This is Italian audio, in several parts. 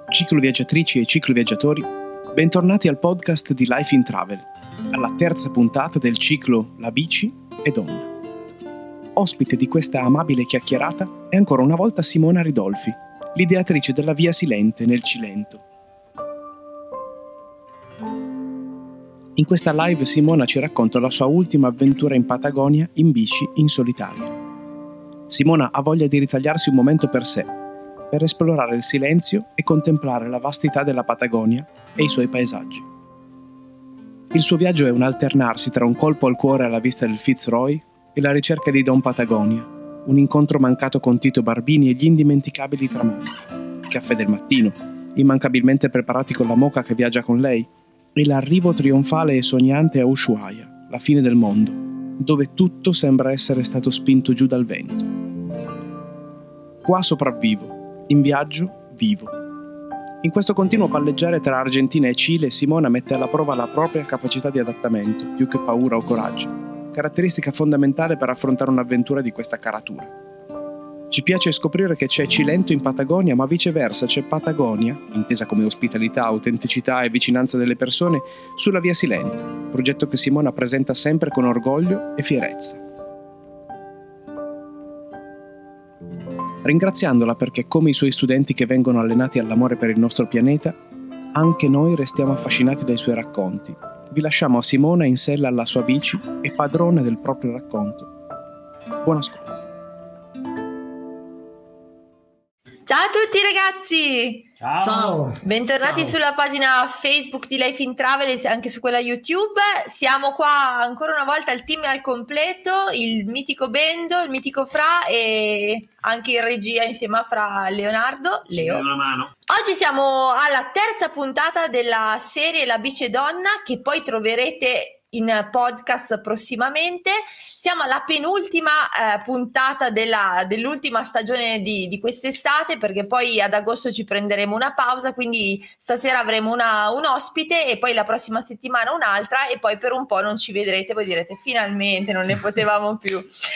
Cicloviaggiatrici e cicloviaggiatori, bentornati al podcast di Life in Travel, alla terza puntata del ciclo La bici è donna. Ospite di questa amabile chiacchierata è ancora una volta Simona Ridolfi, l'ideatrice della Via Silente nel Cilento. In questa live Simona ci racconta la sua ultima avventura in Patagonia in bici in solitaria. Simona ha voglia di ritagliarsi un momento per sé, per esplorare il silenzio e contemplare la vastità della Patagonia e i suoi paesaggi. Il suo viaggio è un alternarsi tra un colpo al cuore alla vista del Fitzroy e la ricerca di Don Patagonia, un incontro mancato con Tito Barbini e gli indimenticabili tramonti, il caffè del mattino, immancabilmente preparati con la moka che viaggia con lei, e l'arrivo trionfale e sognante a Ushuaia, la fine del mondo, dove tutto sembra essere stato spinto giù dal vento. Qua sopravvivo. In viaggio, vivo. In questo continuo palleggiare tra Argentina e Cile, Simona mette alla prova la propria capacità di adattamento, più che paura o coraggio, caratteristica fondamentale per affrontare un'avventura di questa caratura. Ci piace scoprire che c'è Cilento in Patagonia, ma viceversa c'è Patagonia, intesa come ospitalità, autenticità e vicinanza delle persone, sulla Via Silente, progetto che Simona presenta sempre con orgoglio e fierezza. Ringraziandola perché, come i suoi studenti che vengono allenati all'amore per il nostro pianeta, anche noi restiamo affascinati dai suoi racconti. Vi lasciamo a Simona in sella alla sua bici e padrone del proprio racconto. Buon ascolto. Ciao a tutti ragazzi! Ciao! Bentornati sulla pagina Facebook di Life in Travel e anche su quella YouTube. Siamo qua ancora una volta, il team al completo, il mitico Bendo, il mitico Fra e anche in regia insieme a Fra Leonardo. Leo. Una mano. Oggi siamo alla terza puntata della serie La bici è donna, che poi troverete in podcast prossimamente. Siamo alla penultima puntata dell'ultima stagione di quest'estate, perché poi ad agosto ci prenderemo una pausa, quindi stasera avremo un ospite e poi la prossima settimana un'altra e poi per un po' non ci vedrete, voi direte finalmente non ne potevamo più.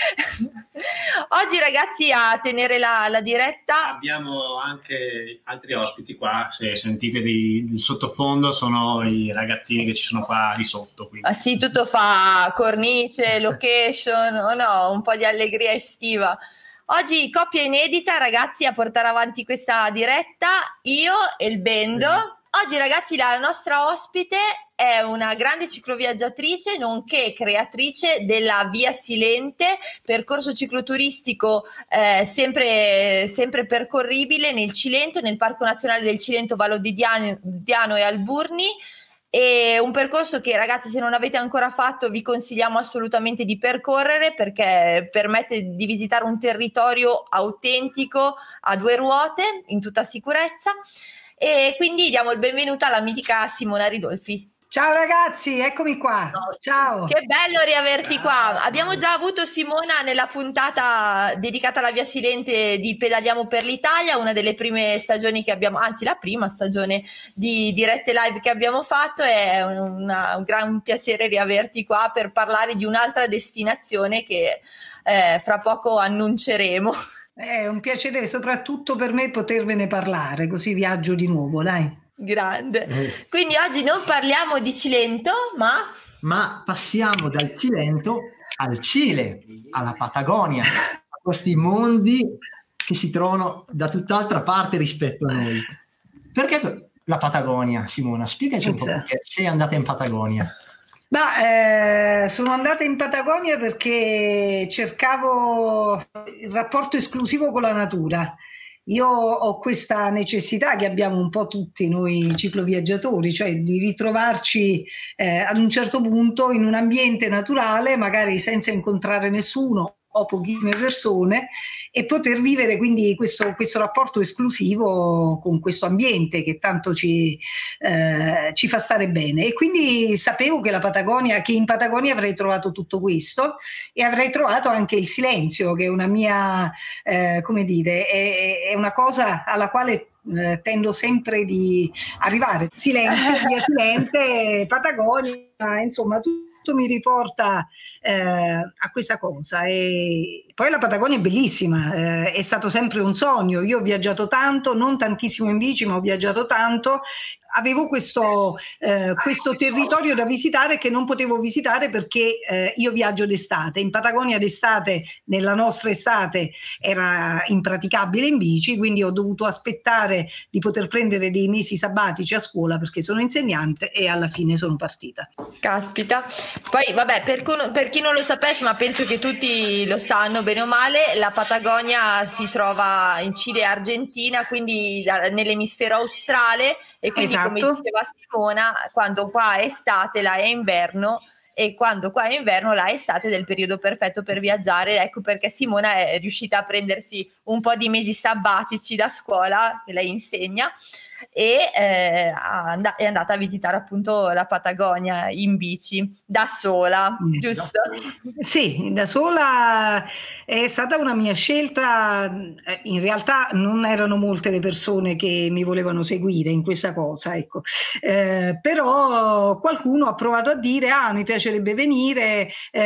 Oggi ragazzi a tenere la diretta abbiamo anche altri ospiti qua, se sentite il sottofondo sono i ragazzini che ci sono qua di sotto. Quindi. Ah sì, tutto fa cornice, location, o no, un po' di allegria estiva. Oggi coppia inedita ragazzi a portare avanti questa diretta, io e il Bendo. Oggi ragazzi la nostra ospite è una grande cicloviaggiatrice nonché creatrice della Via Silente, percorso cicloturistico sempre percorribile nel Cilento, nel Parco Nazionale del Cilento, Vallo di Diano e Alburni. È un percorso che ragazzi, se non avete ancora fatto, vi consigliamo assolutamente di percorrere, perché permette di visitare un territorio autentico a due ruote in tutta sicurezza. E quindi diamo il benvenuto alla mitica Simona Ridolfi. Ciao ragazzi, eccomi qua. Ciao. Che bello riaverti qua. Abbiamo già avuto Simona nella puntata dedicata alla Via Silente di Pedaliamo per l'Italia, una delle prime stagioni che abbiamo, anzi la prima stagione di dirette live che abbiamo fatto. È un gran piacere riaverti qua per parlare di un'altra destinazione che fra poco annunceremo. È un piacere soprattutto per me potervene parlare, così viaggio di nuovo, dai. Grande. Quindi oggi non parliamo di Cilento, ma passiamo dal Cilento al Cile, alla Patagonia, a questi mondi che si trovano da tutt'altra parte rispetto a noi. Perché la Patagonia, Simona? Spiegaci un po' perché sei andata in Patagonia. Sono andata in Patagonia perché cercavo il rapporto esclusivo con la natura. Io ho questa necessità che abbiamo un po' tutti noi cicloviaggiatori, cioè di ritrovarci ad un certo punto in un ambiente naturale, magari senza incontrare nessuno o pochissime persone, e poter vivere quindi questo rapporto esclusivo con questo ambiente che tanto ci fa stare bene. E quindi sapevo che in Patagonia avrei trovato tutto questo e avrei trovato anche il silenzio, che è una mia, come dire, è una cosa alla quale tendo sempre di arrivare. Silenzio, Via Silente, Patagonia, insomma tutto mi riporta a questa cosa. E Poi la Patagonia è bellissima, è stato sempre un sogno. Io ho viaggiato tanto, non tantissimo in bici, ma ho viaggiato tanto. Avevo questo territorio da visitare che non potevo visitare perché io viaggio d'estate. In Patagonia d'estate, nella nostra estate, era impraticabile in bici, quindi ho dovuto aspettare di poter prendere dei mesi sabbatici a scuola perché sono insegnante e alla fine sono partita. Caspita. Poi vabbè, per chi non lo sapesse, ma penso che tutti lo sanno bene o male, la Patagonia si trova in Cile e Argentina, quindi nell'emisfero australe, e quindi come diceva Simona, quando qua è estate là è inverno, e quando qua è inverno là è estate, del periodo perfetto per viaggiare. Ecco perché Simona è riuscita a prendersi un po' di mesi sabbatici da scuola, che lei insegna, e è andata a visitare appunto la Patagonia in bici da sola, giusto? Sì, da sola è stata una mia scelta. In realtà non erano molte le persone che mi volevano seguire in questa cosa, ecco. Però qualcuno ha provato a dire mi piacerebbe venire,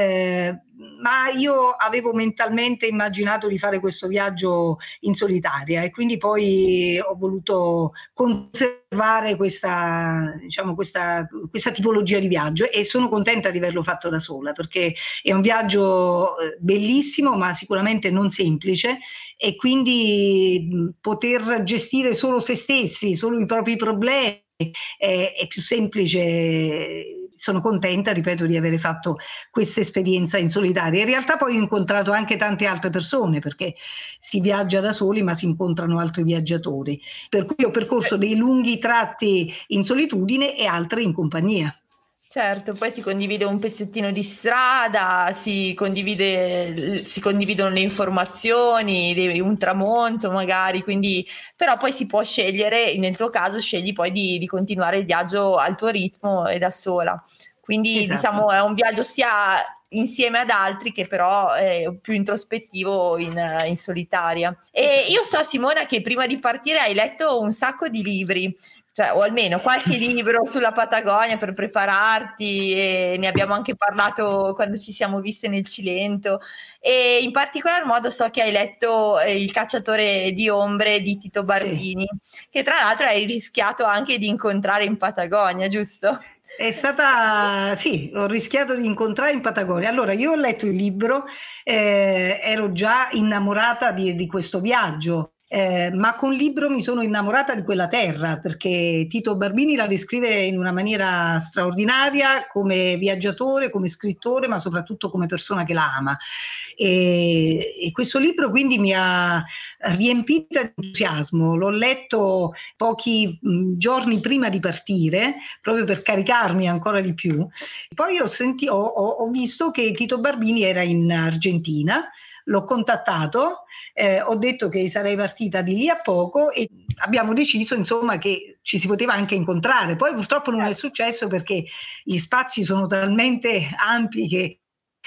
ma io avevo mentalmente immaginato di fare questo viaggio in solitaria e quindi poi ho voluto conservare questa tipologia di viaggio e sono contenta di averlo fatto da sola, perché è un viaggio bellissimo ma sicuramente non semplice, e quindi poter gestire solo se stessi, solo i propri problemi è più semplice. Sono contenta, ripeto, di aver fatto questa esperienza in solitaria. In realtà poi ho incontrato anche tante altre persone, perché si viaggia da soli ma si incontrano altri viaggiatori, per cui ho percorso dei lunghi tratti in solitudine e altri in compagnia. Certo, poi si condivide un pezzettino di strada, si condividono le informazioni, un tramonto magari, quindi, però poi si può scegliere, nel tuo caso scegli poi di continuare il viaggio al tuo ritmo e da sola. Quindi diciamo è un viaggio sia insieme ad altri che però è più introspettivo in solitaria. E io so, Simona, che prima di partire hai letto un sacco di libri, cioè, o almeno qualche libro sulla Patagonia per prepararti, e ne abbiamo anche parlato quando ci siamo viste nel Cilento, e in particolar modo so che hai letto Il cacciatore di ombre di Tito Barbini, che tra l'altro hai rischiato anche di incontrare in Patagonia, giusto? Ho rischiato di incontrare in Patagonia. Allora, io ho letto il libro, ero già innamorata di questo viaggio. Ma con il libro mi sono innamorata di quella terra, perché Tito Barbini la descrive in una maniera straordinaria come viaggiatore, come scrittore, ma soprattutto come persona che la ama. E questo libro quindi mi ha riempita di entusiasmo. L'ho letto pochi giorni prima di partire, proprio per caricarmi ancora di più. Poi ho visto che Tito Barbini era in Argentina. L'ho contattato, ho detto che sarei partita di lì a poco e abbiamo deciso insomma che ci si poteva anche incontrare. Poi purtroppo non è successo perché gli spazi sono talmente ampi che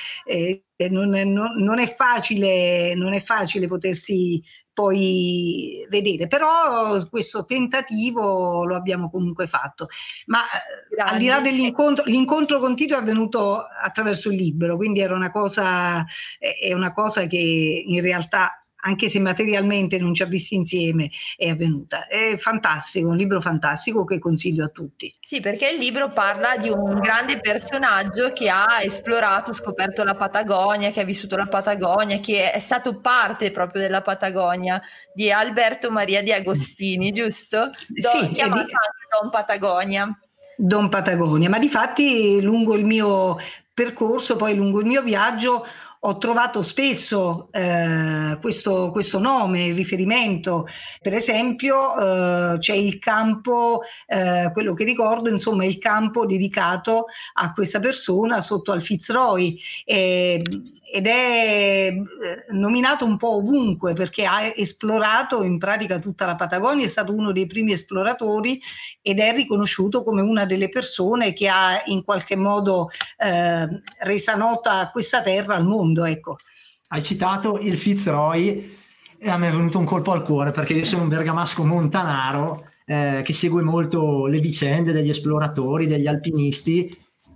non è facile potersi poi vedere, però questo tentativo lo abbiamo comunque fatto. Ma al di là dell'incontro, l'incontro con Tito è avvenuto attraverso il libro, quindi è una cosa che in realtà, anche se materialmente non ci ha visti insieme, è avvenuta. È fantastico, un libro fantastico che consiglio a tutti. Sì, perché il libro parla di un grande personaggio che ha esplorato, scoperto la Patagonia, che ha vissuto la Patagonia, che è stato parte proprio della Patagonia, di Alberto Maria di Agostini, giusto? Chiamato anche Don Patagonia. Don Patagonia, ma difatti lungo il mio percorso, poi lungo il mio viaggio, ho trovato spesso questo nome, il riferimento. Per esempio c'è il campo, quello che ricordo, insomma, il campo dedicato a questa persona sotto al Fitzroy, ed è nominato un po' ovunque perché ha esplorato in pratica tutta la Patagonia, è stato uno dei primi esploratori ed è riconosciuto come una delle persone che ha in qualche modo resa nota questa terra al mondo. Ecco. Hai citato il Fitzroy e a me è venuto un colpo al cuore, perché io sono un bergamasco montanaro che segue molto le vicende degli esploratori, degli alpinisti,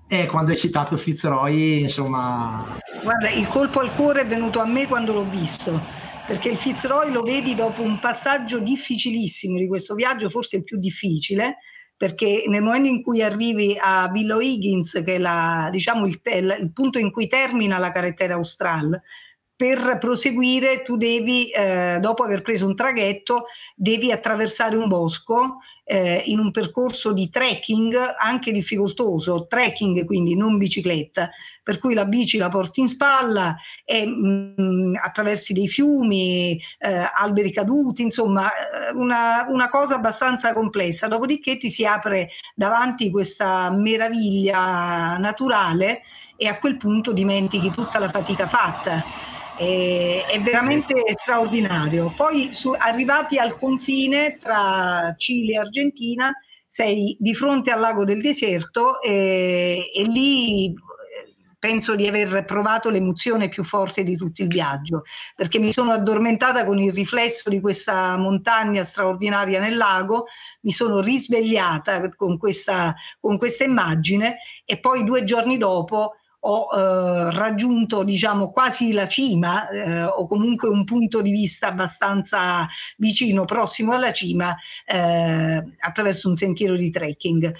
Quando hai citato Fitzroy, insomma... Guarda, il colpo al cuore è venuto a me quando l'ho visto, perché il Fitzroy lo vedi dopo un passaggio difficilissimo di questo viaggio, forse il più difficile, perché nel momento in cui arrivi a Villa O'Higgins, che è diciamo il punto in cui termina la carretera Austral, per proseguire tu devi, dopo aver preso un traghetto, devi attraversare un bosco in un percorso di trekking anche difficoltoso, trekking quindi non bicicletta, per cui la bici la porti in spalla e attraversi dei fiumi, alberi caduti, insomma una cosa abbastanza complessa. Dopodiché ti si apre davanti questa meraviglia naturale e a quel punto dimentichi tutta la fatica fatta. È veramente straordinario. Poi arrivati al confine tra Cile e Argentina, sei di fronte al lago del deserto e lì penso di aver provato l'emozione più forte di tutto il viaggio, perché mi sono addormentata con il riflesso di questa montagna straordinaria nel lago, mi sono risvegliata con questa immagine e poi 2 giorni dopo ho raggiunto, diciamo, quasi la cima o comunque un punto di vista abbastanza vicino, prossimo alla cima, attraverso un sentiero di trekking.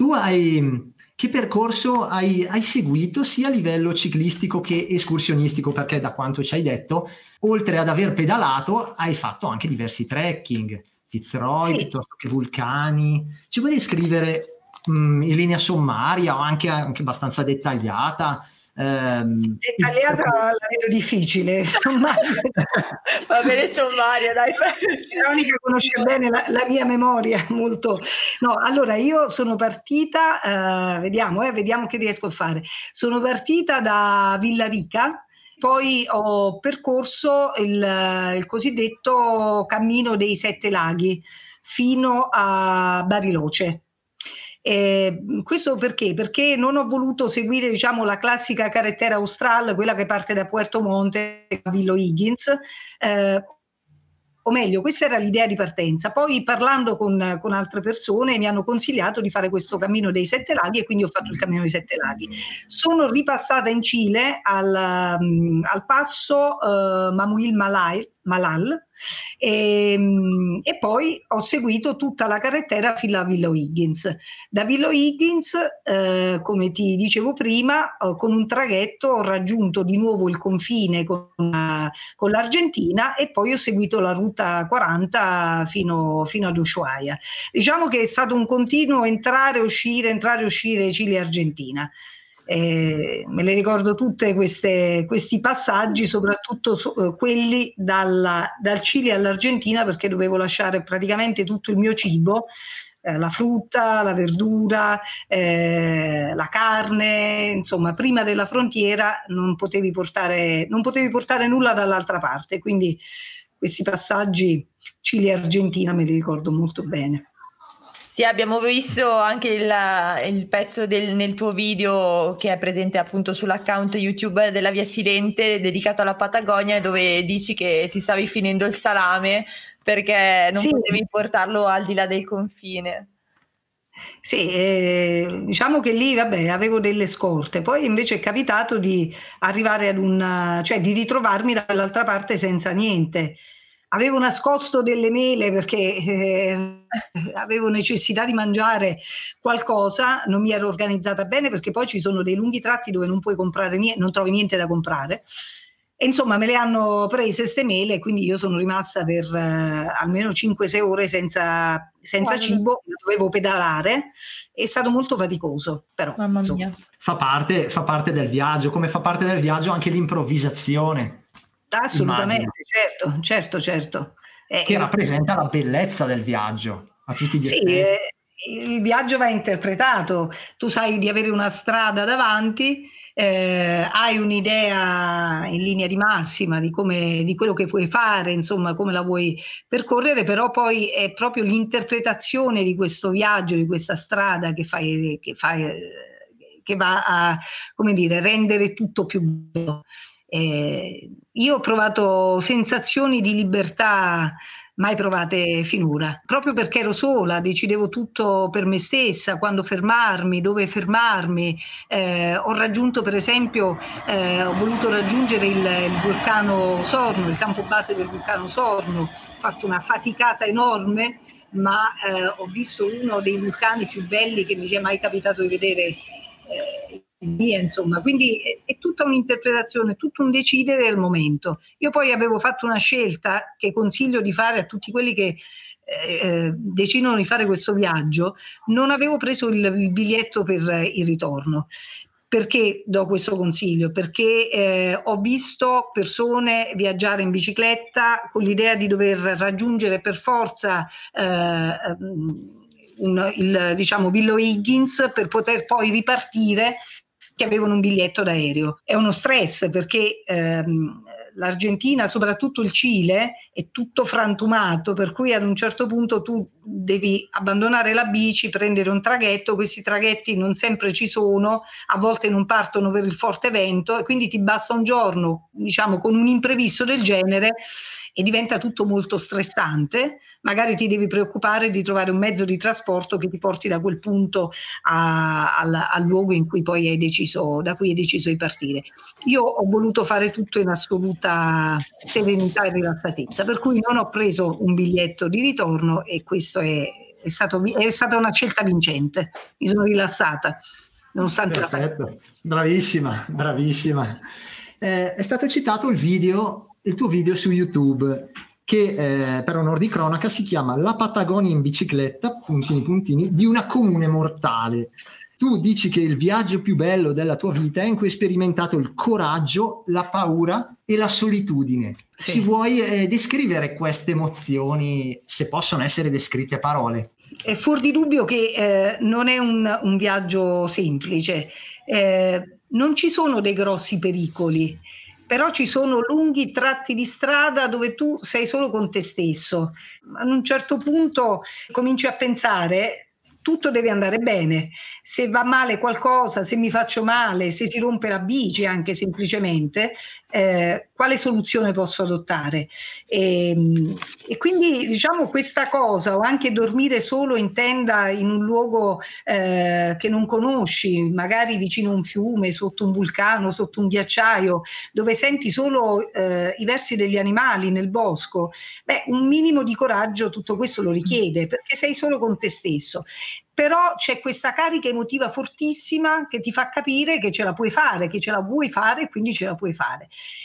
Che percorso hai seguito sia a livello ciclistico che escursionistico? Perché da quanto ci hai detto, oltre ad aver pedalato, hai fatto anche diversi trekking, Fitzroy, sì, piuttosto che vulcani. Ci vuoi descrivere in linea sommaria o anche abbastanza dettagliata? Dettagliata la vedo difficile, insomma. Va bene, sommaria, dai. Veronica conosce bene la mia memoria molto. No, allora io sono partita, vediamo che riesco a fare. Sono partita da Villarica, poi ho percorso il cosiddetto cammino dei 7 laghi fino a Bariloche. Questo perché? Perché non ho voluto seguire, diciamo, la classica carretera Austral, quella che parte da Puerto Montt a Villa O'Higgins, o meglio, questa era l'idea di partenza. Poi parlando con altre persone mi hanno consigliato di fare questo cammino dei 7 laghi e quindi ho fatto il cammino dei 7 laghi. Sono ripassata in Cile al passo Mamuil Malal e poi ho seguito tutta la carretera fino a Villa O'Higgins. Da Villa O'Higgins, come ti dicevo prima, con un traghetto ho raggiunto di nuovo il confine con l'Argentina e poi ho seguito la ruta 40 fino ad Ushuaia. Diciamo che è stato un continuo entrare, uscire Cile e Argentina. Me le ricordo tutte questi passaggi, soprattutto quelli dal Cile all'Argentina, perché dovevo lasciare praticamente tutto il mio cibo, la frutta, la verdura, la carne, insomma prima della frontiera non potevi portare nulla dall'altra parte, quindi questi passaggi Cile e Argentina me li ricordo molto bene. Sì, abbiamo visto anche il pezzo nel tuo video che è presente appunto sull'account YouTube della Via Silente dedicato alla Patagonia, dove dici che ti stavi finendo il salame perché non potevi portarlo al di là del confine. Sì, diciamo che lì avevo delle scorte, poi invece è capitato di arrivare cioè di ritrovarmi dall'altra parte senza niente. Avevo nascosto delle mele perché avevo necessità di mangiare qualcosa, non mi ero organizzata bene perché poi ci sono dei lunghi tratti dove non puoi comprare niente, non trovi niente da comprare. E insomma me le hanno prese ste mele e quindi io sono rimasta per almeno 5-6 ore senza cibo, dovevo pedalare, è stato molto faticoso, però mamma mia. Fa parte del viaggio, come fa parte del viaggio anche l'improvvisazione. Assolutamente, certo. Che rappresenta la bellezza del viaggio a tutti gli effetti. Il viaggio va interpretato, tu sai di avere una strada davanti, hai un'idea in linea di massima di quello che puoi fare, insomma come la vuoi percorrere, però poi è proprio l'interpretazione di questo viaggio, di questa strada che va a, come dire, rendere tutto più bello. Io ho provato sensazioni di libertà mai provate finora, proprio perché ero sola, decidevo tutto per me stessa, quando fermarmi, dove fermarmi. Ho raggiunto, per esempio, ho voluto raggiungere il vulcano Sorno, il campo base del vulcano Sorno, ho fatto una faticata enorme, ma ho visto uno dei vulcani più belli che mi sia mai capitato di vedere insomma, quindi è tutta un'interpretazione, tutto un decidere al momento. Io poi avevo fatto una scelta che consiglio di fare a tutti quelli che decidono di fare questo viaggio. Non avevo preso il biglietto per il ritorno. Perché do questo consiglio? Perché ho visto persone viaggiare in bicicletta con l'idea di dover raggiungere per forza diciamo Willow Higgins per poter poi ripartire, che avevano un biglietto d'aereo. È uno stress perché l'Argentina, soprattutto il Cile, è tutto frantumato, per cui ad un certo punto tu devi abbandonare la bici, prendere un traghetto, questi traghetti non sempre ci sono, a volte non partono per il forte vento e quindi ti basta un giorno, diciamo, con un imprevisto del genere e diventa tutto molto stressante. Magari ti devi preoccupare di trovare un mezzo di trasporto che ti porti da quel punto al luogo in cui poi da cui hai deciso di partire. Io ho voluto fare tutto in assoluta serenità e rilassatezza, per cui non ho preso un biglietto di ritorno e questo è stata una scelta vincente. Mi sono rilassata nonostante Perfetto. La bravissima. È stato citato il tuo video su YouTube che per onor di cronaca si chiama La Patagonia in bicicletta, di una comune mortale. Tu dici che il viaggio più bello della tua vita è in cui hai sperimentato il coraggio, la paura e la solitudine. Sì. Ci vuoi descrivere queste emozioni, se possono essere descritte a parole? È fuor di dubbio che non è un viaggio semplice, non ci sono dei grossi pericoli, però ci sono lunghi tratti di strada dove tu sei solo con te stesso. Ad un certo punto cominci a pensare tutto deve andare bene, se va male qualcosa, se mi faccio male, se si rompe la bici anche semplicemente, quale soluzione posso adottare? E quindi diciamo questa cosa, o anche dormire solo in tenda in un luogo che non conosci, magari vicino a un fiume, sotto un vulcano, sotto un ghiacciaio, dove senti solo i versi degli animali nel bosco, un minimo di coraggio tutto questo lo richiede, perché sei solo con te stesso. Però c'è questa carica emotiva fortissima che ti fa capire che ce la puoi fare, che ce la vuoi fare e quindi ce la puoi fare.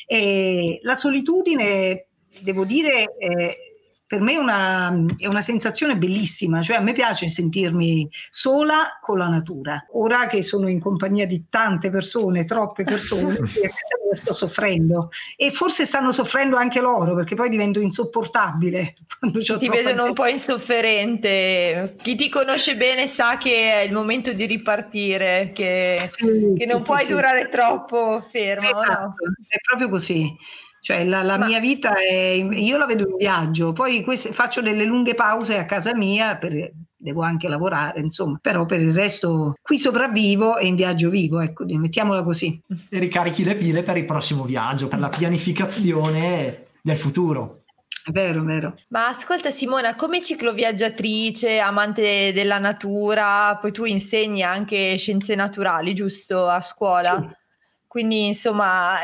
E la solitudine, devo dire, per me è una sensazione bellissima, cioè a me piace sentirmi sola con la natura. Ora che sono in compagnia di tante persone, troppe persone, sto soffrendo e forse stanno soffrendo anche loro, perché poi divento insopportabile quando ti vedono un po' insofferente. Chi ti conosce bene sa che è il momento di ripartire, che non puoi durare troppo ferma. Esatto, no? È proprio così. Cioè mia vita io la vedo in viaggio, poi faccio delle lunghe pause a casa mia, devo anche lavorare, insomma, però per il resto qui sopravvivo e in viaggio vivo, ecco, mettiamola così. E ricarichi le pile per il prossimo viaggio, per la pianificazione del futuro. Vero. Ma ascolta Simona, come cicloviaggiatrice, amante della natura, poi tu insegni anche scienze naturali, giusto, a scuola? Sì. Quindi insomma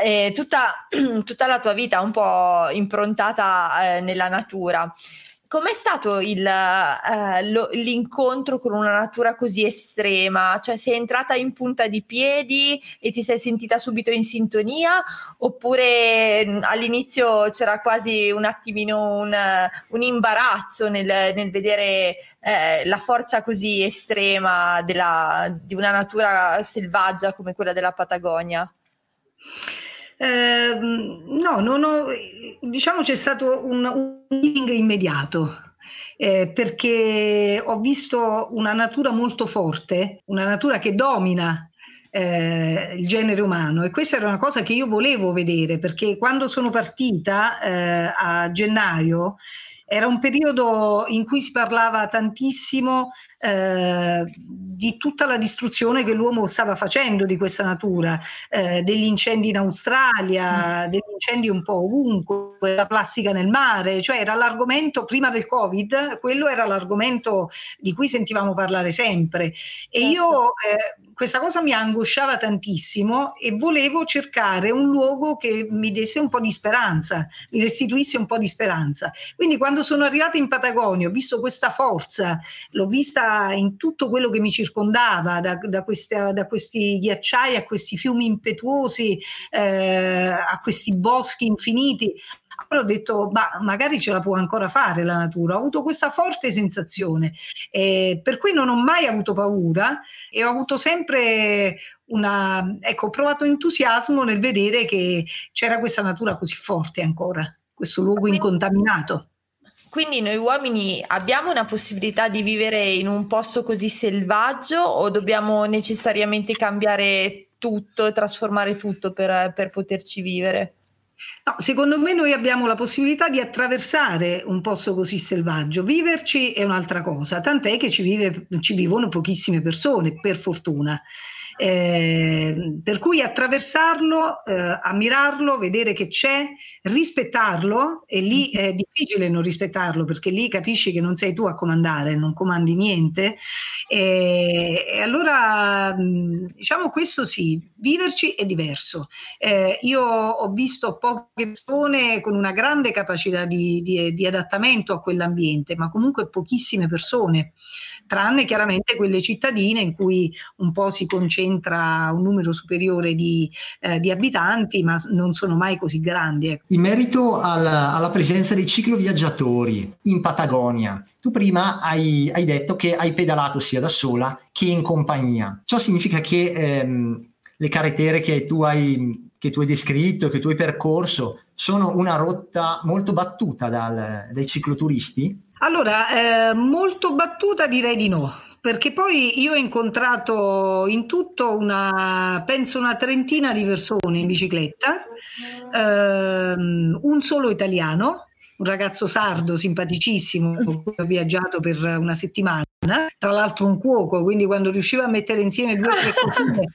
tutta la tua vita un po' improntata nella natura. Com'è stato l'incontro con una natura così estrema? Cioè sei entrata in punta di piedi e ti sei sentita subito in sintonia, oppure all'inizio c'era quasi un attimino un imbarazzo nel vedere la forza così estrema di una natura selvaggia come quella della Patagonia? No, diciamo c'è stato un feeling immediato, perché ho visto una natura molto forte, una natura che domina il genere umano, e questa era una cosa che io volevo vedere, perché quando sono partita a gennaio era un periodo in cui si parlava tantissimo di tutta la distruzione che l'uomo stava facendo di questa natura, degli incendi in Australia, degli incendi un po' ovunque, la plastica nel mare, cioè era l'argomento prima del Covid, quello era l'argomento di cui sentivamo parlare sempre. E io questa cosa mi angosciava tantissimo e volevo cercare un luogo che mi desse un po' di speranza, mi restituisse un po' di speranza. Quindi quando sono arrivata in Patagonia ho visto questa forza, l'ho vista in tutto quello che mi circondava, da questi ghiacciai a questi fiumi impetuosi, a questi boschi infiniti. Allora ho detto, magari ce la può ancora fare la natura. Ho avuto questa forte sensazione, per cui non ho mai avuto paura e ho avuto sempre ho provato entusiasmo nel vedere che c'era questa natura così forte ancora, questo luogo incontaminato. Quindi noi uomini abbiamo una possibilità di vivere in un posto così selvaggio o dobbiamo necessariamente cambiare tutto e trasformare tutto per poterci vivere? No, secondo me noi abbiamo la possibilità di attraversare un posto così selvaggio, viverci è un'altra cosa, tant'è che ci vivono pochissime persone, per fortuna. Per cui attraversarlo, ammirarlo, vedere che c'è, rispettarlo, e lì è difficile non rispettarlo perché lì capisci che non sei tu a comandare, non comandi niente, e allora diciamo questo sì, viverci è diverso. Io ho visto poche persone con una grande capacità di adattamento a quell'ambiente, ma comunque pochissime persone, tranne chiaramente quelle cittadine in cui un po' si concentra un numero superiore di abitanti, ma non sono mai così grandi. In merito alla presenza dei cicloviaggiatori in Patagonia, tu prima hai detto che hai pedalato sia da sola che in compagnia. Ciò significa che le carrettere che tu hai descritto, che tu hai percorso, sono una rotta molto battuta dai cicloturisti? Allora, molto battuta direi di no, perché poi io ho incontrato in tutto penso una trentina di persone in bicicletta, un solo italiano, un ragazzo sardo simpaticissimo, con cui ho viaggiato per una settimana, tra l'altro un cuoco, quindi quando riusciva a mettere insieme 2 o 3 cosine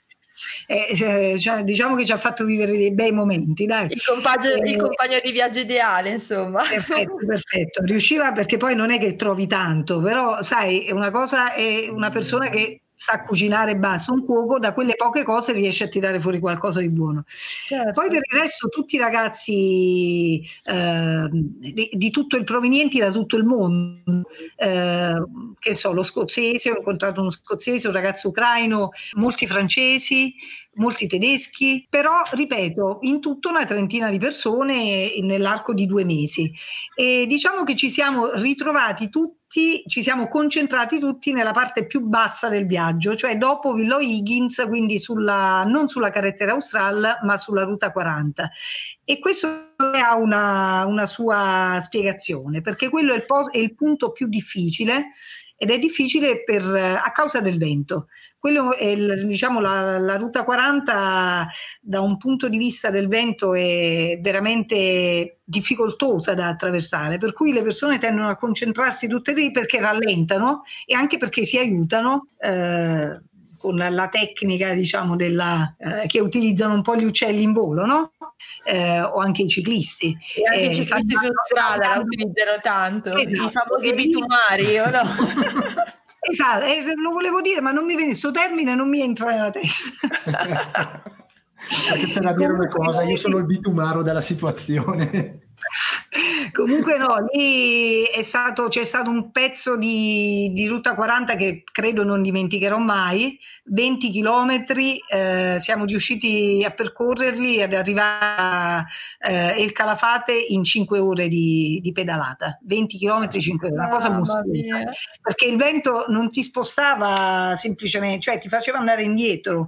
diciamo che ci ha fatto vivere dei bei momenti, dai. Il compagno di viaggio ideale, insomma. Perfetto, riusciva, perché poi non è che trovi tanto, però sai, una cosa è una persona che sa cucinare e basta, un cuoco da quelle poche cose riesce a tirare fuori qualcosa di buono. Certo. Poi per il resto tutti i ragazzi di tutto provenienti da tutto il mondo, che so, lo scozzese, ho incontrato uno scozzese, un ragazzo ucraino, molti francesi, molti tedeschi, però ripeto, in tutto una trentina di persone nell'arco di 2 mesi, e diciamo che ci siamo ritrovati tutti, ci siamo concentrati tutti nella parte più bassa del viaggio, cioè dopo Villa O'Higgins, quindi non sulla carretera Austral ma sulla Ruta 40, e questo ha una sua spiegazione, perché quello è il punto più difficile, ed è difficile a causa del vento. Quello è diciamo la Ruta 40 da un punto di vista del vento è veramente difficoltosa da attraversare, per cui le persone tendono a concentrarsi tutte lì perché rallentano e anche perché si aiutano con la tecnica, diciamo, che utilizzano un po' gli uccelli in volo, no? O anche i ciclisti. E anche i ciclisti su strada la utilizzano tanto, esatto, i famosi bitumari, o no? Esatto, lo volevo dire, ma non mi viene questo termine, non mi entra nella testa. Perché c'è da dire una cosa, io sono il bitumaro della situazione. Comunque no, lì c'è stato un pezzo di Ruta 40 che credo non dimenticherò mai, 20 chilometri, siamo riusciti a percorrerli ed arrivare a El Calafate in 5 ore di pedalata, 20 chilometri, 5 ore, una cosa mostruosa, perché il vento non ti spostava semplicemente, cioè ti faceva andare indietro,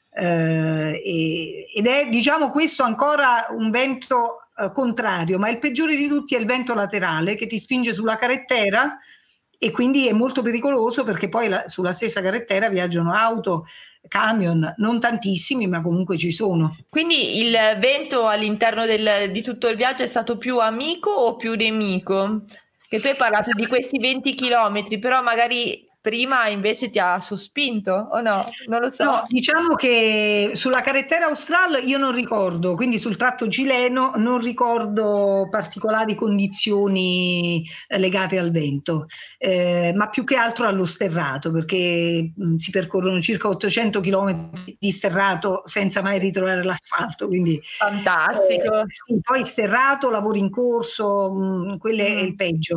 ed è, diciamo, questo ancora un vento contrario, ma il peggiore di tutti è il vento laterale che ti spinge sulla carrettera, e quindi è molto pericoloso perché poi sulla stessa carrettera viaggiano auto, camion, non tantissimi, ma comunque ci sono. Quindi il vento all'interno di tutto il viaggio è stato più amico o più nemico? Che tu hai parlato di questi 20 chilometri, però magari prima invece ti ha sospinto o no? Non lo so. No, diciamo che sulla Carretera Austral io non ricordo, quindi sul tratto cileno non ricordo particolari condizioni legate al vento, ma più che altro allo sterrato, perché si percorrono circa 800 km di sterrato senza mai ritrovare l'asfalto, quindi Fantastico. sì, poi sterrato, lavori in corso, quello è il peggio.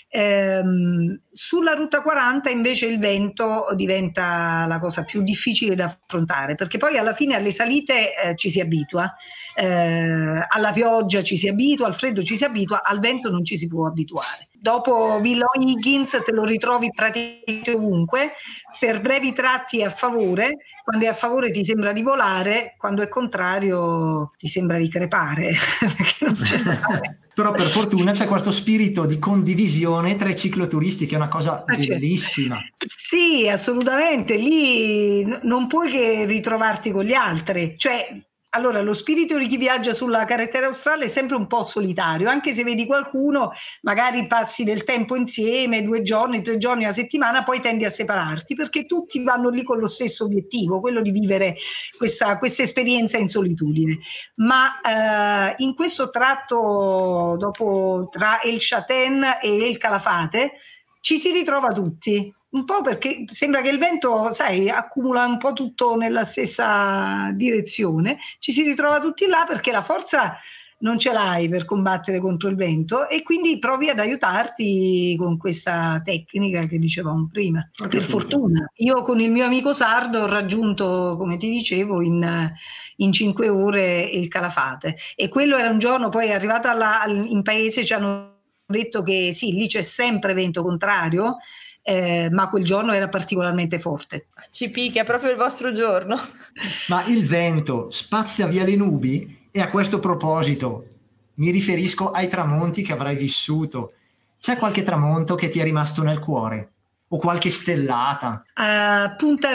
Sulla Ruta 40 invece il vento diventa la cosa più difficile da affrontare, perché poi alla fine alle salite ci si abitua, alla pioggia ci si abitua, al freddo ci si abitua, al vento non ci si può abituare. Dopo Villa O'Higgins te lo ritrovi praticamente ovunque, per brevi tratti è a favore, quando è a favore ti sembra di volare, quando è contrario ti sembra di crepare. Perché non c'è Però per fortuna c'è questo spirito di condivisione tra i cicloturisti, che è una cosa bellissima. Sì, assolutamente, lì non puoi che ritrovarti con gli altri, cioè allora lo spirito di chi viaggia sulla Carretera Australe è sempre un po' solitario, anche se vedi qualcuno, magari passi del tempo insieme, 2 giorni, 3 giorni, una settimana, poi tendi a separarti, perché tutti vanno lì con lo stesso obiettivo, quello di vivere questa esperienza in solitudine. Ma in questo tratto dopo tra El Chaten e El Calafate ci si ritrova tutti, un po' perché sembra che il vento, sai, accumula un po' tutto nella stessa direzione, ci si ritrova tutti là perché la forza non ce l'hai per combattere contro il vento e quindi provi ad aiutarti con questa tecnica che dicevamo prima. Per fortuna. Io con il mio amico sardo ho raggiunto, come ti dicevo, in 5 ore il Calafate, e quello era un giorno, poi arrivata in paese ci hanno detto che sì, lì c'è sempre vento contrario, ma quel giorno era particolarmente forte. Ci picchia proprio il vostro giorno. Ma il vento spazza via le nubi, e a questo proposito mi riferisco ai tramonti che avrai vissuto. C'è qualche tramonto che ti è rimasto nel cuore? O qualche stellata? Punta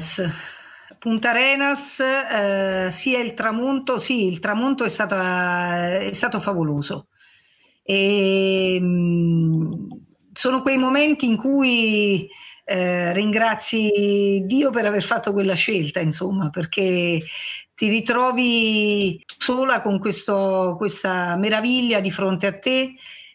Arenas, sia il tramonto, sì, il tramonto è stato favoloso. Sono quei momenti in cui ringrazi Dio per aver fatto quella scelta, insomma, perché ti ritrovi sola con questa meraviglia di fronte a te,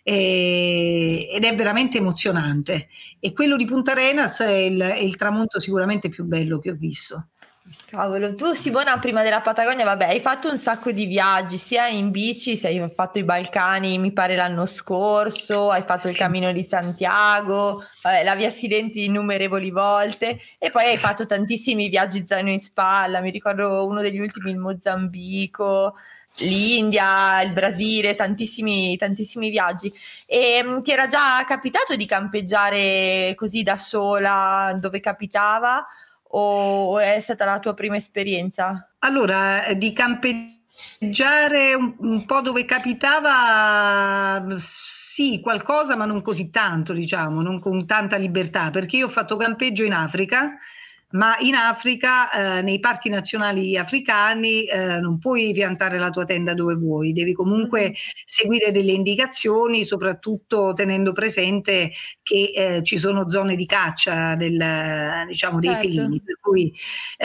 ed è veramente emozionante. E quello di Punta Arenas è il tramonto sicuramente più bello che ho visto. Cavolo, tu Simona prima della Patagonia, vabbè, hai fatto un sacco di viaggi, sia in bici, hai fatto i Balcani, mi pare l'anno scorso, hai fatto il Cammino di Santiago, la Via Silenti innumerevoli volte, e poi hai fatto tantissimi viaggi zaino in spalla, mi ricordo uno degli ultimi il Mozambico, l'India, il Brasile, tantissimi viaggi. E ti era già capitato di campeggiare così da sola dove capitava? O è stata la tua prima esperienza? Allora, di campeggiare un po' dove capitava, sì, qualcosa, ma non così tanto, diciamo, non con tanta libertà, perché io ho fatto campeggio in Africa, ma in Africa, nei parchi nazionali africani, non puoi piantare la tua tenda dove vuoi, devi comunque seguire delle indicazioni, soprattutto tenendo presente che ci sono zone di caccia diciamo, dei felini, per cui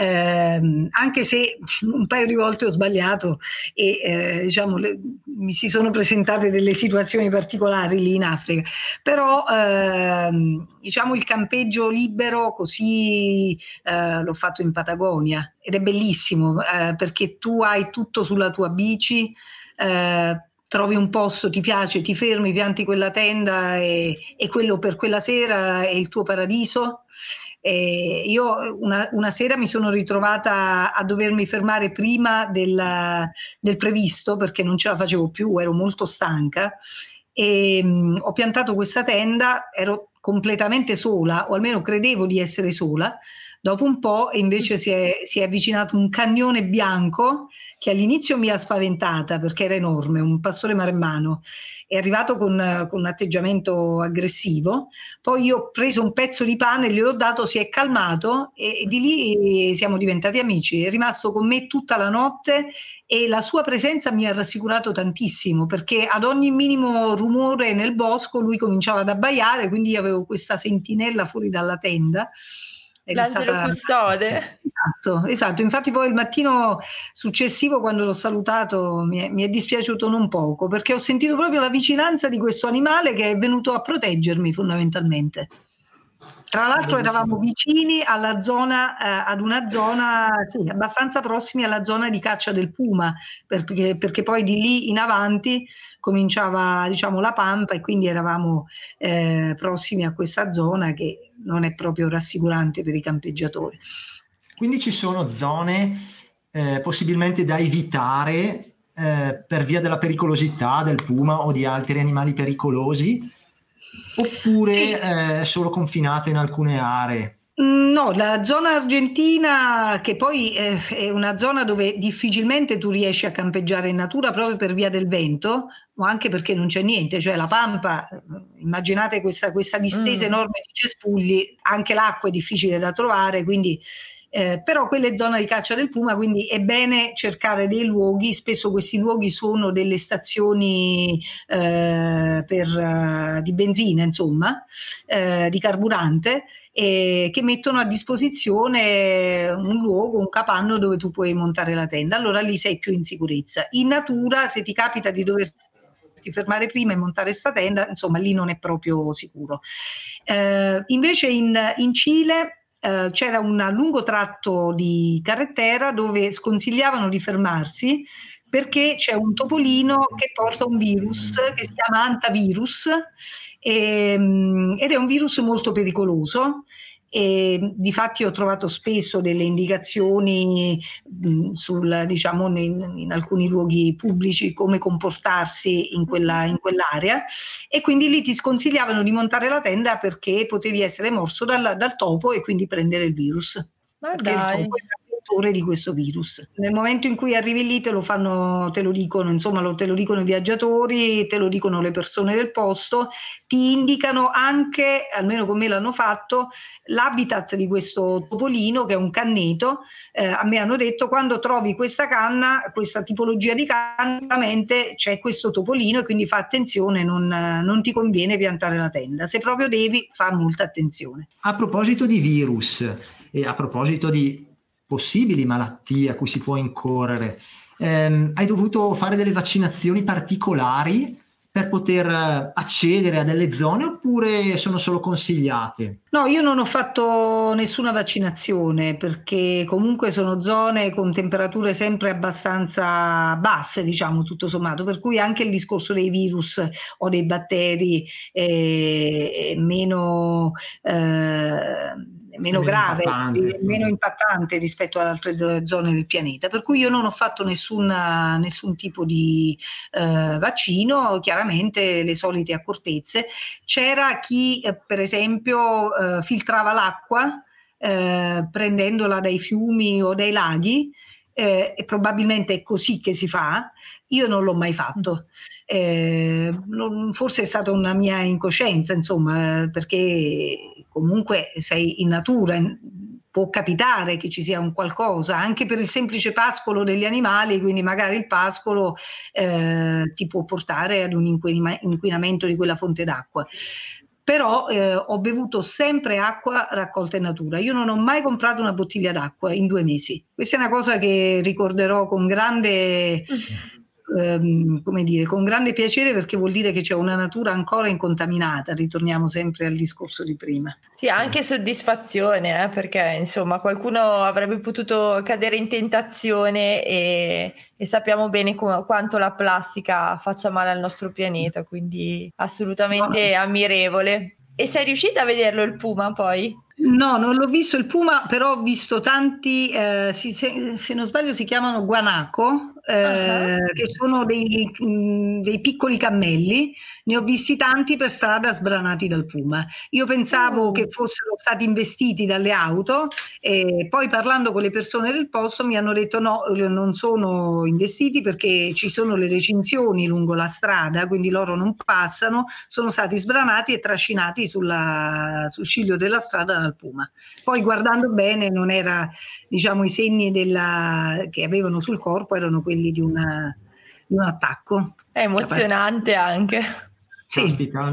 anche se un paio di volte ho sbagliato e diciamo, mi si sono presentate delle situazioni particolari lì in Africa, però diciamo il campeggio libero così l'ho fatto in Patagonia ed è bellissimo, perché tu hai tutto sulla tua bici, trovi un posto, ti piace, ti fermi, pianti quella tenda e quello per quella sera è il tuo paradiso. Io una sera mi sono ritrovata a dovermi fermare prima del previsto perché non ce la facevo più, ero molto stanca e ho piantato questa tenda, ero completamente sola, o almeno credevo di essere sola. Dopo un po' invece si è avvicinato un cagnone bianco che all'inizio mi ha spaventata perché era enorme, un pastore maremmano. È arrivato con un atteggiamento aggressivo, poi io ho preso un pezzo di pane, gliel'ho dato, si è calmato e di lì siamo diventati amici. È rimasto con me tutta la notte e la sua presenza mi ha rassicurato tantissimo, perché ad ogni minimo rumore nel bosco lui cominciava ad abbaiare, quindi io avevo questa sentinella fuori dalla tenda. L'angelo custode. Esatto, infatti poi il mattino successivo, quando l'ho salutato, mi è dispiaciuto non poco, perché ho sentito proprio la vicinanza di questo animale che è venuto a proteggermi fondamentalmente. Tra l'altro eravamo vicini alla zona, ad una zona abbastanza prossimi alla zona di caccia del puma, perché poi di lì in avanti cominciava, diciamo, la pampa, e quindi eravamo prossimi a questa zona che non è proprio rassicurante per i campeggiatori. Quindi ci sono zone possibilmente da evitare per via della pericolosità del puma o di altri animali pericolosi? Oppure è solo confinato in alcune aree? No, la zona argentina, che poi è una zona dove difficilmente tu riesci a campeggiare in natura proprio per via del vento, o anche perché non c'è niente, cioè la pampa, immaginate questa distesa enorme di cespugli, anche l'acqua è difficile da trovare, quindi però quella è zona di caccia del puma, quindi è bene cercare dei luoghi. Spesso questi luoghi sono delle stazioni di benzina, insomma, di carburante, che mettono a disposizione un luogo, un capanno dove tu puoi montare la tenda. Allora lì sei più in sicurezza. In natura, se ti capita di doverti fermare prima e montare sta tenda, insomma lì non è proprio sicuro. Invece in Cile c'era un lungo tratto di carretera dove sconsigliavano di fermarsi, perché c'è un topolino che porta un virus che si chiama hantavirus, ed è un virus molto pericoloso. E difatti ho trovato spesso delle indicazioni diciamo in alcuni luoghi pubblici come comportarsi in quell'area, e quindi lì ti sconsigliavano di montare la tenda perché potevi essere morso dal topo e quindi prendere il virus. Ma perché dai. il topo è l'autore di questo virus. Nel momento in cui arrivi lì te lo dicono, insomma, te lo dicono i viaggiatori, te lo dicono le persone del posto, ti indicano anche, almeno con me l'hanno fatto, l'habitat di questo topolino, che è un canneto. A me hanno detto: quando trovi questa canna, questa tipologia di canna, c'è questo topolino, e quindi fa attenzione, non ti conviene piantare la tenda. Se proprio devi, fa molta attenzione. A proposito di virus e a proposito di possibili malattie a cui si può incorrere, hai dovuto fare delle vaccinazioni particolari per poter accedere a delle zone, oppure sono solo consigliate? No, io non ho fatto nessuna vaccinazione, perché comunque sono zone con temperature sempre abbastanza basse, diciamo, tutto sommato, per cui anche il discorso dei virus o dei batteri è meno grave, meno impattante rispetto ad altre zone del pianeta, per cui io non ho fatto nessun tipo di vaccino. Chiaramente le solite accortezze. C'era chi per esempio filtrava l'acqua prendendola dai fiumi o dai laghi, e probabilmente è così che si fa. Io non l'ho mai fatto, forse è stata una mia incoscienza, insomma, perché comunque sei in natura, può capitare che ci sia un qualcosa, anche per il semplice pascolo degli animali, quindi magari il pascolo ti può portare ad un inquinamento di quella fonte d'acqua. Però ho bevuto sempre acqua raccolta in natura. Io non ho mai comprato una bottiglia d'acqua in 2 mesi. Questa è una cosa che ricorderò con grande con grande piacere, perché vuol dire che c'è una natura ancora incontaminata. Ritorniamo sempre al discorso di prima. Sì, anche soddisfazione, perché insomma qualcuno avrebbe potuto cadere in tentazione, e sappiamo bene quanto la plastica faccia male al nostro pianeta, quindi assolutamente ammirevole. E sei riuscita a vederlo il puma poi? No, non l'ho visto il puma, però ho visto tanti, se non sbaglio si chiamano guanaco, che sono dei piccoli cammelli. Ne ho visti tanti per strada sbranati dal puma. Io pensavo che fossero stati investiti dalle auto, e poi parlando con le persone del posto mi hanno detto no, non sono investiti, perché ci sono le recinzioni lungo la strada, quindi loro non passano, sono stati sbranati e trascinati sul ciglio della strada dal puma. Poi guardando bene non era, diciamo, i segni che avevano sul corpo erano quelli quelli di un attacco. È emozionante anche. Sì. Caspita,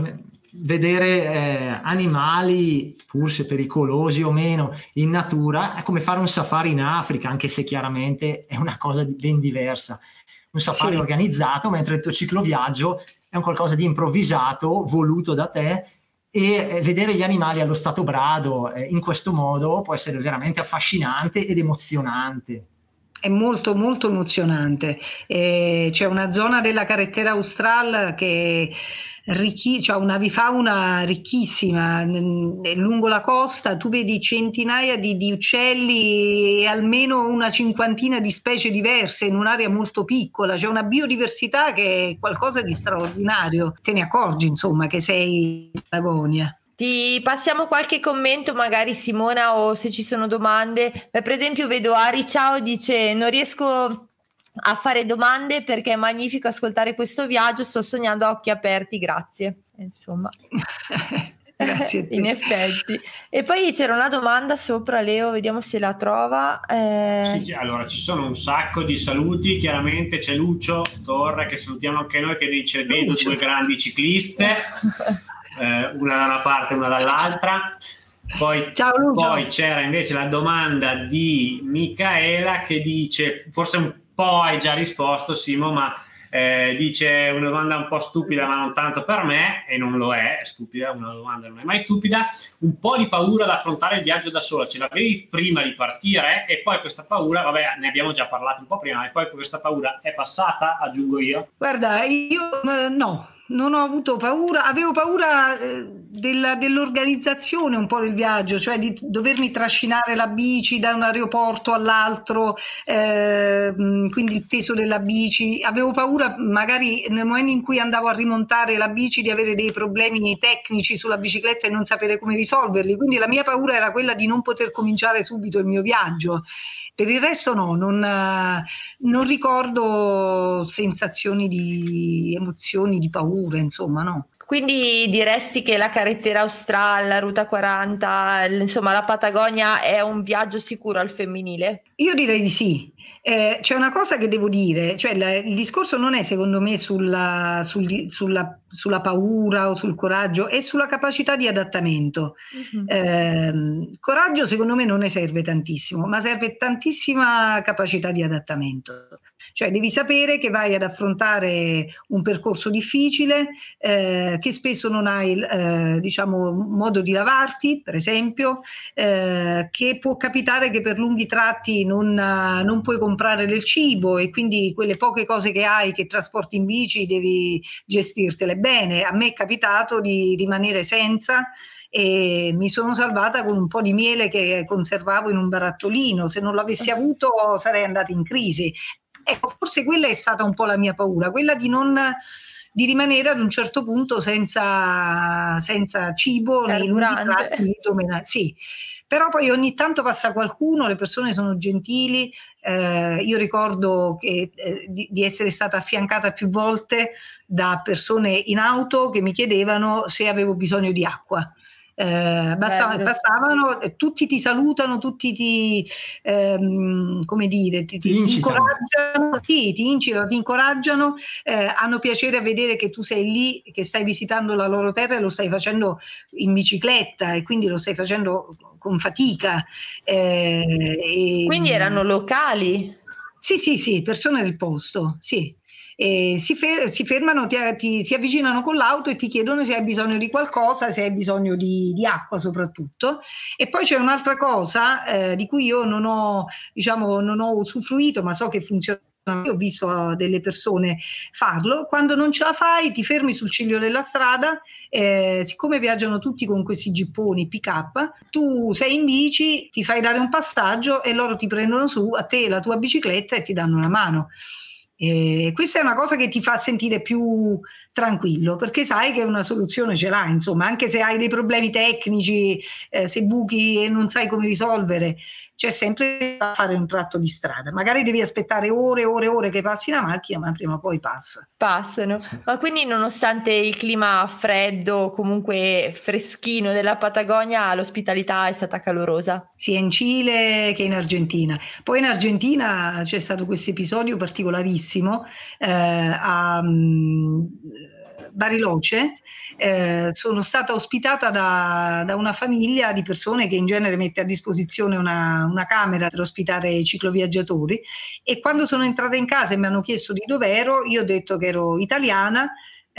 vedere animali, pur se pericolosi o meno, in natura è come fare un safari in Africa, anche se chiaramente è una cosa ben diversa. Un safari organizzato, mentre il tuo cicloviaggio è un qualcosa di improvvisato, voluto da te, e vedere gli animali allo stato brado in questo modo può essere veramente affascinante ed emozionante. È molto molto emozionante. C'è una zona della carretera Austral che c'ha una avifauna ricchissima lungo la costa. Tu vedi centinaia di uccelli e almeno una cinquantina di specie diverse in un'area molto piccola. C'è una biodiversità che è qualcosa di straordinario. Te ne accorgi, insomma, che sei in Patagonia. Ti passiamo qualche commento, magari Simona, o se ci sono domande. Per esempio vedo Ari Ciao dice: non riesco a fare domande perché è magnifico ascoltare questo viaggio, sto sognando a occhi aperti, grazie. Insomma, grazie a te. In effetti. E poi c'era una domanda sopra, Leo, vediamo se la trova. Sì, allora ci sono un sacco di saluti, chiaramente c'è Lucio Torre che salutiamo anche noi, che dice: vedo due grandi cicliste. Una da una parte e una dall'altra. Poi c'era invece la domanda di Micaela che dice, forse un po' hai già risposto Simo, ma dice una domanda un po' stupida ma non tanto per me, e non lo è stupida, una domanda non è mai stupida: un po' di paura ad affrontare il viaggio da sola, ce l'avevi prima di partire e poi questa paura, vabbè, ne abbiamo già parlato un po' prima, e poi questa paura è passata, aggiungo io? Guarda, io no, non ho avuto paura, avevo paura dell'organizzazione un po' del viaggio, cioè di dovermi trascinare la bici da un aeroporto all'altro, quindi il peso della bici. Avevo paura magari nel momento in cui andavo a rimontare la bici di avere dei problemi tecnici sulla bicicletta e non sapere come risolverli, quindi la mia paura era quella di non poter cominciare subito il mio viaggio. Per il resto no, non ricordo sensazioni di emozioni, di paura, insomma, no. Quindi diresti che la carretera Austral, la Ruta 40, insomma la Patagonia è un viaggio sicuro al femminile? Io direi di sì. C'è una cosa che devo dire, cioè il discorso non è secondo me sulla paura o sul coraggio, è sulla capacità di adattamento. Coraggio secondo me non ne serve tantissimo, ma serve tantissima capacità di adattamento. Cioè devi sapere che vai ad affrontare un percorso difficile, che spesso non hai diciamo modo di lavarti, per esempio, che può capitare che per lunghi tratti non puoi comprare del cibo e quindi quelle poche cose che hai che trasporti in bici devi gestirtele bene. A me è capitato di rimanere senza e mi sono salvata con un po' di miele che conservavo in un barattolino. Se non l'avessi avuto sarei andata in crisi. Ecco, forse quella è stata un po' la mia paura, quella di rimanere ad un certo punto senza cibo nei tratti, sì. Però poi ogni tanto passa qualcuno, le persone sono gentili, io ricordo che, di essere stata affiancata più volte da persone in auto che mi chiedevano se avevo bisogno di acqua. Passavano, tutti ti salutano, tutti ti incoraggiano, ti incitano, ti incoraggiano, hanno piacere a vedere che tu sei lì, che stai visitando la loro terra e lo stai facendo in bicicletta e quindi lo stai facendo con fatica. Quindi erano locali? Sì, persone del posto, sì. Si fermano, si avvicinano con l'auto e ti chiedono se hai bisogno di qualcosa, se hai bisogno di acqua soprattutto. E poi c'è un'altra cosa di cui io non ho usufruito, ma so che funziona. Io ho visto delle persone farlo. Quando non ce la fai ti fermi sul ciglio della strada, siccome viaggiano tutti con questi gipponi pick-up, tu sei in bici, ti fai dare un passaggio e loro ti prendono su a te la tua bicicletta e ti danno una mano. Questa è una cosa che ti fa sentire più tranquillo, perché sai che una soluzione ce l'ha, insomma, anche se hai dei problemi tecnici, se buchi e non sai come risolvere, c'è sempre da fare un tratto di strada. Magari devi aspettare ore e ore e ore che passi la macchina, ma prima o poi passa. Passano. Ma quindi nonostante il clima freddo, comunque freschino della Patagonia, l'ospitalità è stata calorosa? Sia in Cile che in Argentina. Poi in Argentina c'è stato questo episodio particolarissimo a Bariloche. Sono stata ospitata da una famiglia di persone che in genere mette a disposizione una camera per ospitare i cicloviaggiatori, e quando sono entrata in casa e mi hanno chiesto di dove ero, io ho detto che ero italiana,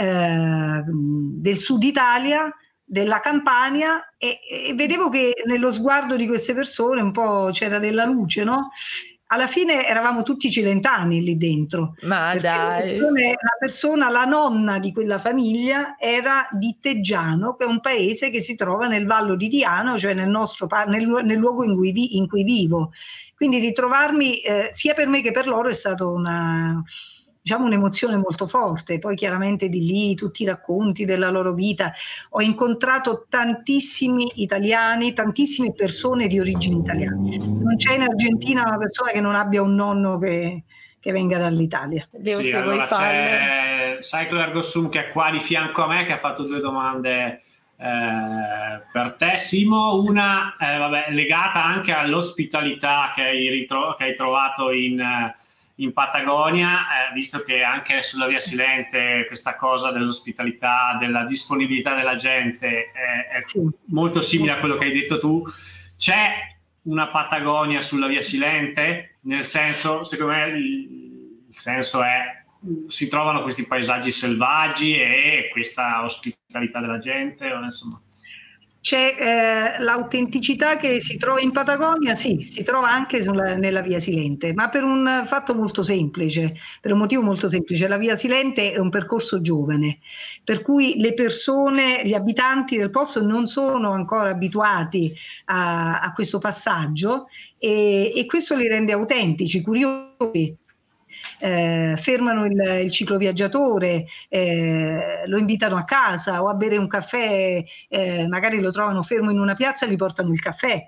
del sud Italia, della Campania, e vedevo che nello sguardo di queste persone un po' c'era della luce, no? Alla fine eravamo tutti cilentani lì dentro. Ma dai. La nonna di quella famiglia era di Teggiano, che è un paese che si trova nel Vallo di Diano, cioè nel nel luogo in cui vivo. Quindi ritrovarmi, sia per me che per loro, è stato un'emozione molto forte. Poi chiaramente di lì tutti i racconti della loro vita. Ho incontrato tantissimi italiani, tantissime persone di origini italiane. Non c'è in Argentina una persona che non abbia un nonno che venga dall'Italia. Sì, allora c'è Cyclo Ergo Sum, che è qua di fianco a me, che ha fatto 2 domande per te, Simo. Una legata anche all'ospitalità che hai trovato in Patagonia, visto che anche sulla Via Silente questa cosa dell'ospitalità, della disponibilità della gente è molto simile a quello che hai detto tu. C'è una Patagonia sulla Via Silente? Nel senso, secondo me il senso è, si trovano questi paesaggi selvaggi e questa ospitalità della gente, o insomma... C'è l'autenticità che si trova in Patagonia, sì, si trova anche nella Via Silente, ma per un fatto molto semplice, per un motivo molto semplice. La Via Silente è un percorso giovane, per cui le persone, gli abitanti del posto non sono ancora abituati a questo passaggio, e questo li rende autentici, curiosi. Fermano il cicloviaggiatore, lo invitano a casa o a bere un caffè, magari lo trovano fermo in una piazza e gli portano il caffè.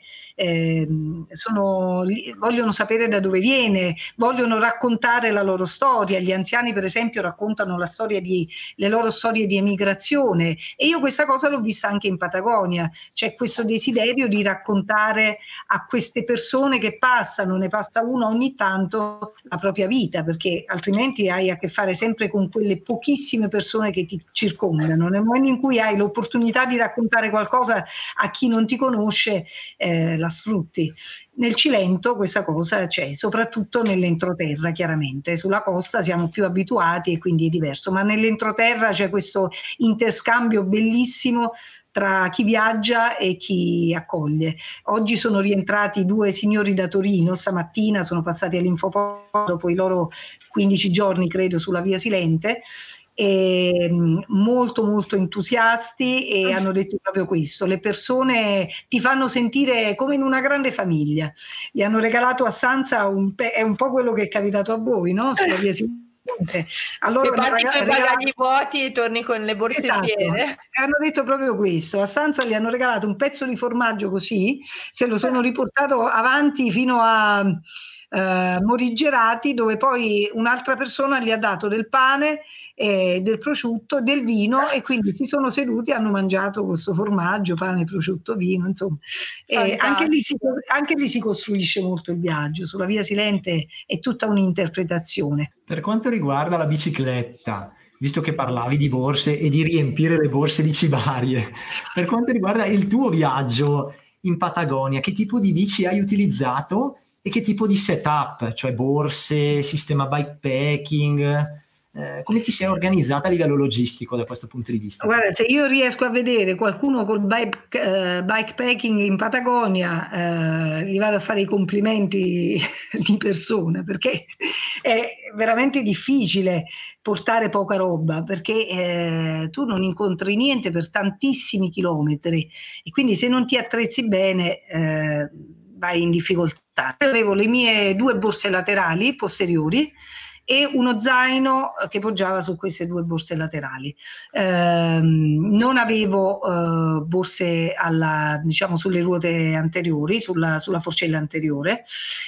Vogliono sapere da dove viene, vogliono raccontare la loro storia. Gli anziani, per esempio, raccontano le loro storie di emigrazione, e io questa cosa l'ho vista anche in Patagonia. C'è questo desiderio di raccontare a queste persone che passano, ne passa uno ogni tanto, la propria vita, perché altrimenti hai a che fare sempre con quelle pochissime persone che ti circondano. Nel momento in cui hai l'opportunità di raccontare qualcosa a chi non ti conosce, la sfrutti. Nel Cilento questa cosa c'è, soprattutto nell'entroterra. Chiaramente sulla costa siamo più abituati e quindi è diverso, ma nell'entroterra c'è questo interscambio bellissimo tra chi viaggia e chi accoglie. Oggi sono rientrati 2 signori da Torino, stamattina sono passati all'Infopolo dopo i loro 15 giorni, credo, sulla Via Silente, e molto molto entusiasti, e hanno detto proprio questo: le persone ti fanno sentire come in una grande famiglia. Gli hanno regalato a Sanza è un po' quello che è capitato a voi, no? Sulla Via Silente. Allora, parti con i bagagli vuoti e torni con le borse piene. Hanno detto proprio questo. A Sanza gli hanno regalato un pezzo di formaggio così, se lo sono riportato avanti fino a Morigerati, dove poi un'altra persona gli ha dato del pane, del prosciutto, del vino, e quindi si sono seduti e hanno mangiato questo formaggio, pane, prosciutto, vino, insomma. Anche lì si costruisce molto il viaggio. Sulla Via Silente è tutta un'interpretazione. Per quanto riguarda la bicicletta, visto che parlavi di borse e di riempire le borse di cibarie, per quanto riguarda il tuo viaggio in Patagonia, che tipo di bici hai utilizzato e che tipo di setup, cioè borse, sistema bikepacking? Come ti sei organizzata a livello logistico da questo punto di vista? Guarda, se io riesco a vedere qualcuno col bikepacking in Patagonia, gli vado a fare i complimenti di persona, perché è veramente difficile portare poca roba, perché tu non incontri niente per tantissimi chilometri, e quindi se non ti attrezzi bene vai in difficoltà. Io avevo le mie 2 borse laterali posteriori, e uno zaino che poggiava su queste 2 borse laterali. Non avevo borse diciamo sulle ruote anteriori, sulla forcella anteriore,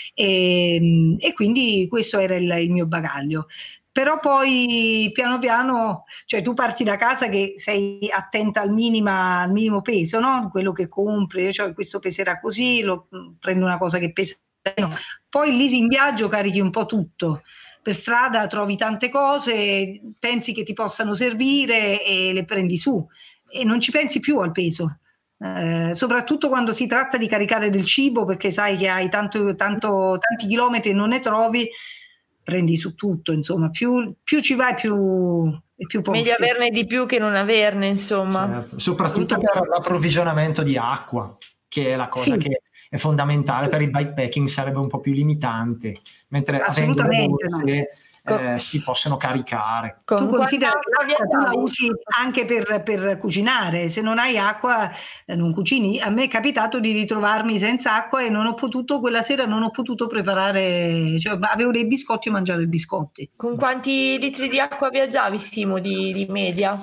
e quindi questo era il mio bagaglio. Però poi piano piano, cioè tu parti da casa che sei attenta al minimo peso, no? Quello che compri, cioè questo peserà così, prendo una cosa che pesa meno. Poi lì in viaggio carichi un po' tutto. Per strada trovi tante cose, pensi che ti possano servire e le prendi su e non ci pensi più al peso. Soprattutto quando si tratta di caricare del cibo, perché sai che hai tanti chilometri e non ne trovi, prendi su tutto, insomma, più ci vai più porti. Meglio averne di più che non averne, insomma. Certo. Soprattutto per l'approvvigionamento di acqua, che è la cosa che è fondamentale. Per il bikepacking sarebbe un po' più limitante, mentre avendo le borse si possono caricare. Tu considera che l'acqua tu la usi anche per cucinare, se non hai acqua non cucini. A me è capitato di ritrovarmi senza acqua e quella sera non ho potuto preparare, cioè avevo dei biscotti e mangiavo i biscotti. Con quanti litri di acqua viaggiavi, Simo, di media?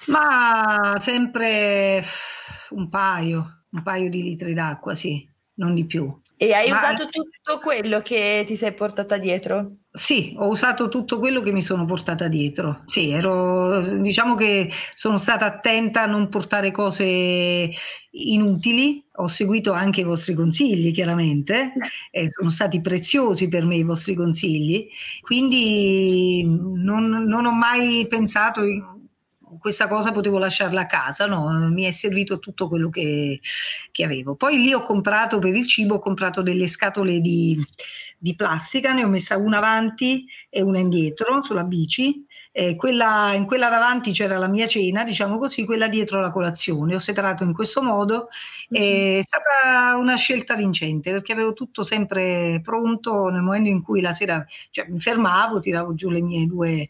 Ma sempre un paio di litri d'acqua, sì, non di più. E hai usato tutto quello che ti sei portata dietro? Sì, ho usato tutto quello che mi sono portata dietro. Sì, diciamo che sono stata attenta a non portare cose inutili. Ho seguito anche i vostri consigli, chiaramente, sono stati preziosi per me i vostri consigli. Quindi non ho mai pensato questa cosa potevo lasciarla a casa, no, mi è servito tutto quello che avevo. Poi lì ho comprato per il cibo, ho comprato delle scatole di plastica, ne ho messa una avanti e una indietro sulla bici. In quella davanti c'era la mia cena, diciamo così, quella dietro la colazione. Ho separato in questo modo, è stata una scelta vincente perché avevo tutto sempre pronto nel momento in cui la sera, cioè, mi fermavo, tiravo giù le mie 2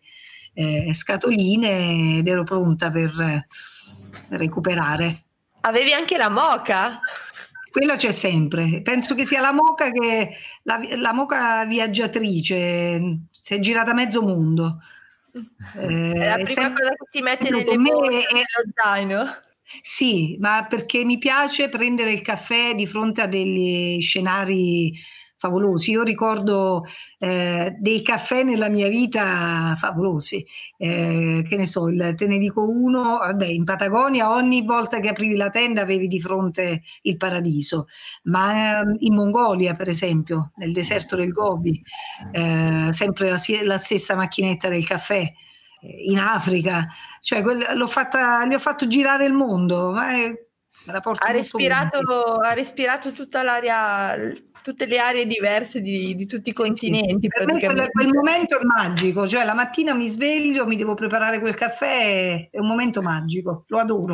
scatoline ed ero pronta per recuperare. Avevi anche la moka? Quella c'è sempre, penso che sia la moka, la moka viaggiatrice, si è girata mezzo mondo. È la prima cosa che si mette nelle borse, nello zaino. Sì, ma perché mi piace prendere il caffè di fronte a degli scenari favolosi. Io ricordo dei caffè nella mia vita favolosi, che ne so, te ne dico uno, in Patagonia ogni volta che aprivi la tenda avevi di fronte il paradiso, ma in Mongolia per esempio, nel deserto del Gobi, sempre la stessa macchinetta del caffè, in Africa, cioè gli ho fatto girare il mondo, ha respirato tutta l'aria, tutte le aree diverse di tutti i continenti. Per me quel momento è magico, cioè la mattina mi sveglio, mi devo preparare quel caffè, è un momento magico, lo adoro.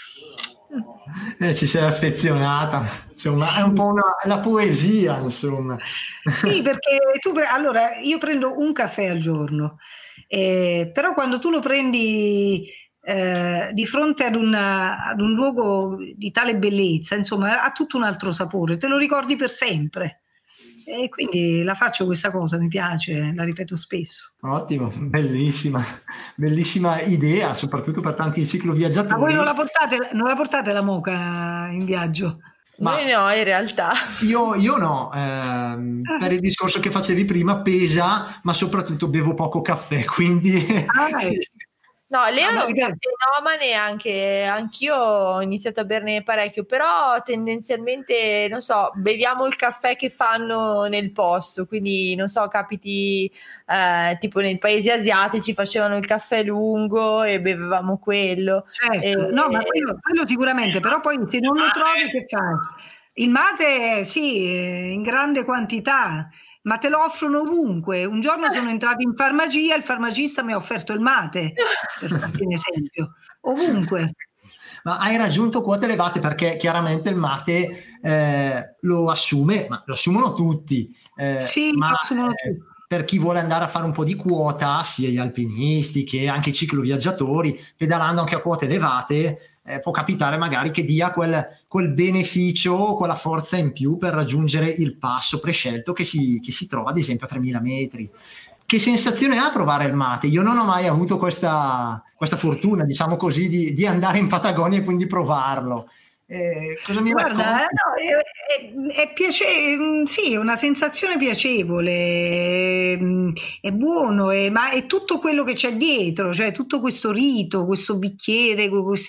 Ci sei affezionata, insomma, è un po' la poesia, insomma. Sì, perché allora io prendo un caffè al giorno, però quando tu lo prendi di fronte ad un luogo di tale bellezza, insomma, ha tutto un altro sapore, te lo ricordi per sempre. E quindi la faccio questa cosa, mi piace, la ripeto spesso. Ottimo, bellissima idea, soprattutto per tanti cicloviaggiatori. Ma voi non la portate la moka in viaggio? Noi no, in realtà. Io no, per il discorso che facevi prima, pesa, ma soprattutto bevo poco caffè, quindi... No, Leo è un fenomeno, anch'io ho iniziato a berne parecchio, però tendenzialmente, non so, beviamo il caffè che fanno nel posto, quindi non so, capiti tipo nei paesi asiatici facevano il caffè lungo e bevevamo quello. Certo, no, ma quello sicuramente, però poi se non lo trovi che fai? Il mate sì, in grande quantità, ma te lo offrono ovunque. Un giorno sono entrata in farmacia, il farmacista mi ha offerto il mate, per farti un esempio, ovunque. Ma hai raggiunto quote elevate, perché chiaramente il mate lo assume, ma lo assumono tutti. Sì, ma lo assumono tutti. Per chi vuole andare a fare un po' di quota, sia gli alpinisti che anche i cicloviaggiatori, pedalando anche a quote elevate, può capitare magari che dia quel beneficio, quella forza in più per raggiungere il passo prescelto che si trova ad esempio a 3000 metri, che sensazione ha provare il mate? Io non ho mai avuto questa fortuna, diciamo così, di andare in Patagonia e quindi provarlo. Cosa mi Guarda, racconti? no, sì, è una sensazione piacevole, è buono, ma è tutto quello che c'è dietro, cioè tutto questo rito, questo bicchiere,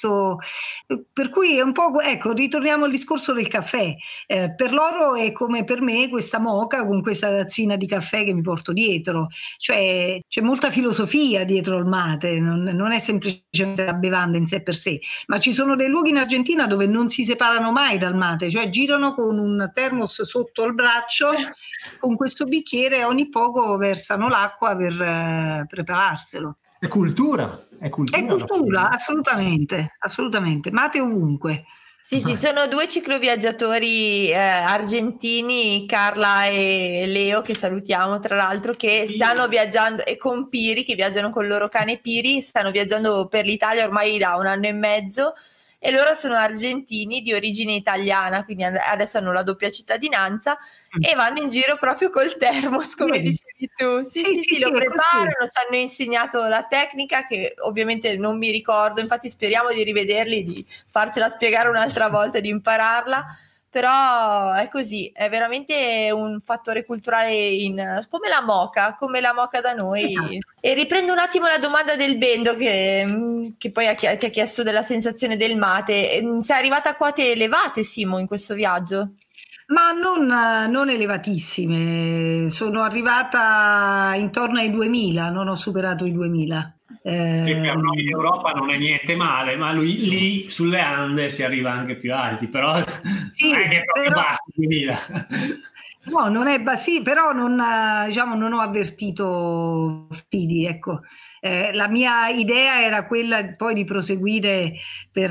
per cui è un po', ecco, ritorniamo al discorso del caffè. Per loro è come per me questa moka con questa tazzina di caffè che mi porto dietro, cioè c'è molta filosofia dietro il mate, non è semplicemente la bevanda in sé per sé, ma ci sono dei luoghi in Argentina dove non si separano mai dal mate, cioè girano con un termos sotto il braccio con questo bicchiere e ogni poco versano l'acqua per prepararselo. È cultura. È cultura, assolutamente, mate ovunque. Sì, ci sono 2 cicloviaggiatori argentini, Carla e Leo, che salutiamo tra l'altro, che stanno viaggiando, e con Piri, che viaggiano con il loro cane Piri, stanno viaggiando per l'Italia ormai da 1 anno e mezzo, e loro sono argentini di origine italiana, quindi adesso hanno la doppia cittadinanza e vanno in giro proprio col termos, come dicevi tu. Sì, lo preparano, ci hanno insegnato la tecnica che ovviamente non mi ricordo, infatti speriamo di rivederli, di farcela spiegare un'altra volta, di impararla, però è così, è veramente un fattore culturale come la moka da noi. Esatto. E riprendo un attimo la domanda del Bendo che poi ti ha chiesto della sensazione del mate. Sei arrivata a quote elevate, Simo, in questo viaggio? Ma non elevatissime, sono arrivata intorno ai 2000, non ho superato i 2000. Che per noi in Europa non è niente male, ma lì sulle Ande si arriva anche più alti, però sì, non è che è proprio basso 2000. No, non è sì, però non ho avvertito fastidi, ecco. La mia idea era quella poi di proseguire per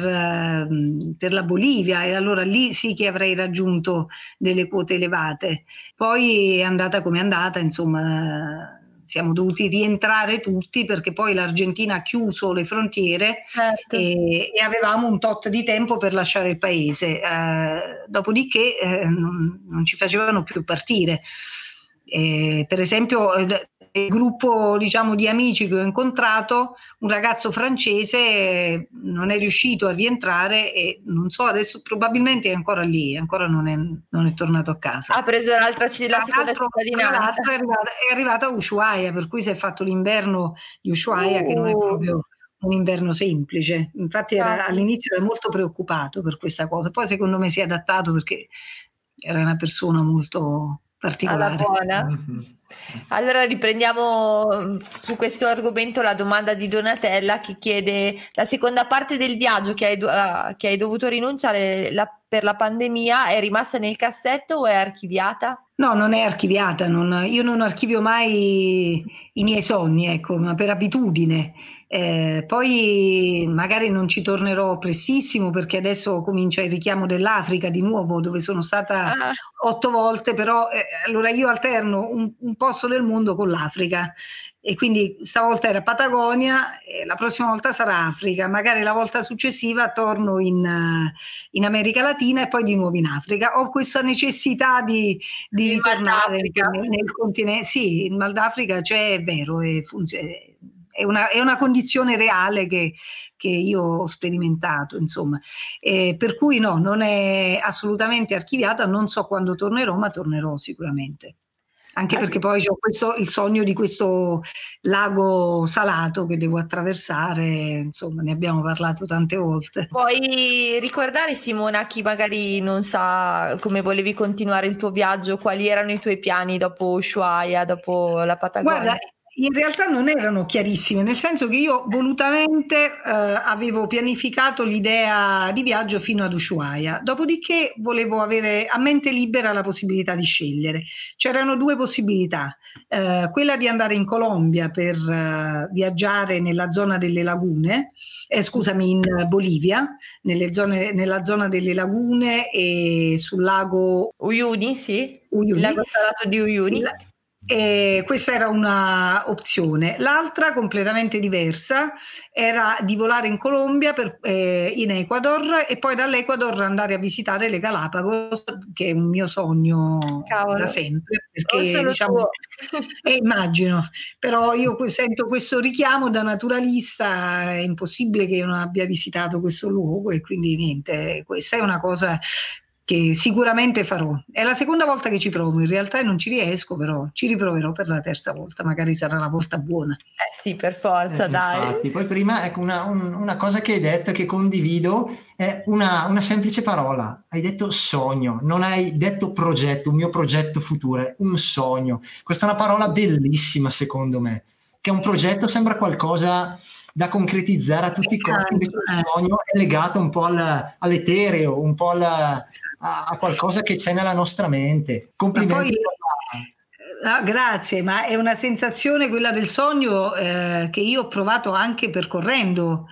la Bolivia, e allora lì sì che avrei raggiunto delle quote elevate. Poi è andata come è andata, insomma, siamo dovuti rientrare tutti perché poi l'Argentina ha chiuso le frontiere, certo. e avevamo un tot di tempo per lasciare il paese, dopodiché non ci facevano più partire. Per esempio il gruppo, diciamo, di amici che ho incontrato, un ragazzo francese non è riuscito a rientrare e non so, adesso probabilmente è ancora lì, ancora non è tornato a casa. Ha preso la seconda cittadinanza. È arrivata a Ushuaia, per cui si è fatto l'inverno di Ushuaia, che non è proprio un inverno semplice. Infatti all'inizio era molto preoccupato per questa cosa, poi secondo me si è adattato perché era una persona molto particolare. Alla buona. Allora riprendiamo su questo argomento la domanda di Donatella, che chiede: la seconda parte del viaggio che hai dovuto rinunciare per la pandemia è rimasta nel cassetto o è archiviata? No, non è archiviata, io non archivio mai i miei sogni, ecco, ma per abitudine. Poi magari non ci tornerò prestissimo perché adesso comincia il richiamo dell'Africa di nuovo, dove sono stata 8 volte, però allora io alterno un posto del mondo con l'Africa, e quindi stavolta era Patagonia, la prossima volta sarà Africa, magari la volta successiva torno in America Latina e poi di nuovo in Africa. Ho questa necessità di ritornare nel continente. Sì, il Mal d'Africa c'è, è vero, è una condizione reale che io ho sperimentato, insomma, per cui no, non è assolutamente archiviata, non so quando tornerò, ma tornerò sicuramente. Anche perché poi ho il sogno di questo lago salato che devo attraversare, insomma, ne abbiamo parlato tante volte. Puoi ricordare, Simona, a chi magari non sa come volevi continuare il tuo viaggio, quali erano i tuoi piani dopo Ushuaia, dopo la Patagonia? Guarda, in realtà non erano chiarissime, nel senso che io volutamente avevo pianificato l'idea di viaggio fino ad Ushuaia, dopodiché volevo avere a mente libera la possibilità di scegliere. C'erano 2 possibilità, quella di andare in Colombia per viaggiare nella zona delle lagune, in Bolivia, nella zona delle lagune e sul lago Uyuni, sì, Uyuni. Il lago salato di Uyuni. E questa era una opzione. L'altra, completamente diversa, era di volare in Colombia, in Ecuador, e poi dall'Ecuador andare a visitare le Galapagos, che è un mio sogno da sempre, perché diciamo, immagino, però io sento questo richiamo da naturalista, è impossibile che io non abbia visitato questo luogo, e quindi niente, questa è una cosa che sicuramente farò. È la seconda volta che ci provo, in realtà non ci riesco, però ci riproverò per la terza volta, magari sarà la volta buona. Sì, per forza, dai. Infatti. Poi prima, ecco, una cosa che hai detto che condivido è una semplice parola. Hai detto sogno, non hai detto progetto, un mio progetto futuro, un sogno. Questa è una parola bellissima, secondo me, che un progetto sembra qualcosa da concretizzare a tutti i costi, invece il sogno è legato un po' all'etereo, un po' a qualcosa che c'è nella nostra mente. Complimenti. Grazie, ma è una sensazione, quella del sogno, che io ho provato anche percorrendo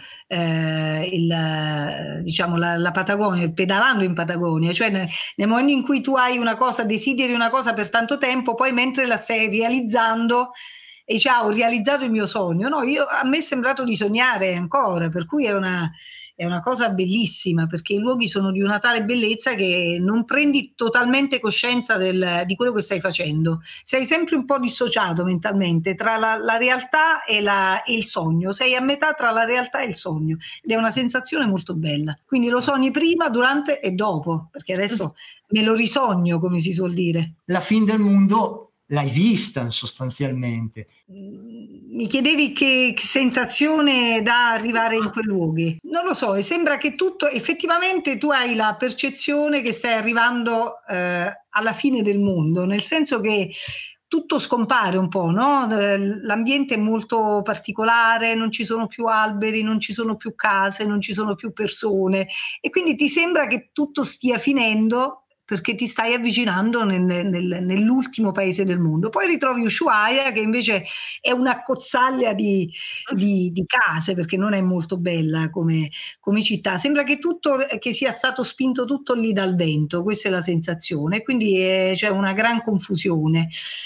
diciamo, la Patagonia, pedalando in Patagonia, cioè nel momento in cui tu hai una cosa, desideri una cosa per tanto tempo, poi mentre la stai realizzando e dici, ho realizzato il mio sogno. No, a me è sembrato di sognare ancora, per cui è una cosa bellissima, perché i luoghi sono di una tale bellezza che non prendi totalmente coscienza di quello che stai facendo, sei sempre un po' dissociato mentalmente tra la realtà e il sogno, sei a metà tra la realtà e il sogno, ed è una sensazione molto bella. Quindi lo sogni prima, durante e dopo, perché adesso me lo risogno, come si suol dire. La fine del mondo l'hai vista sostanzialmente. Mi chiedevi che sensazione dà arrivare in quei luoghi? Non lo so, e sembra che tutto, effettivamente tu hai la percezione che stai arrivando alla fine del mondo, nel senso che tutto scompare un po', no? L'ambiente è molto particolare, non ci sono più alberi, non ci sono più case, non ci sono più persone, e quindi ti sembra che tutto stia finendo, perché ti stai avvicinando nell'ultimo paese del mondo. Poi ritrovi Ushuaia, che invece è una cozzaglia di case, perché non è molto bella come città. Sembra che sia stato spinto tutto lì dal vento, questa è la sensazione, quindi c'è una gran confusione.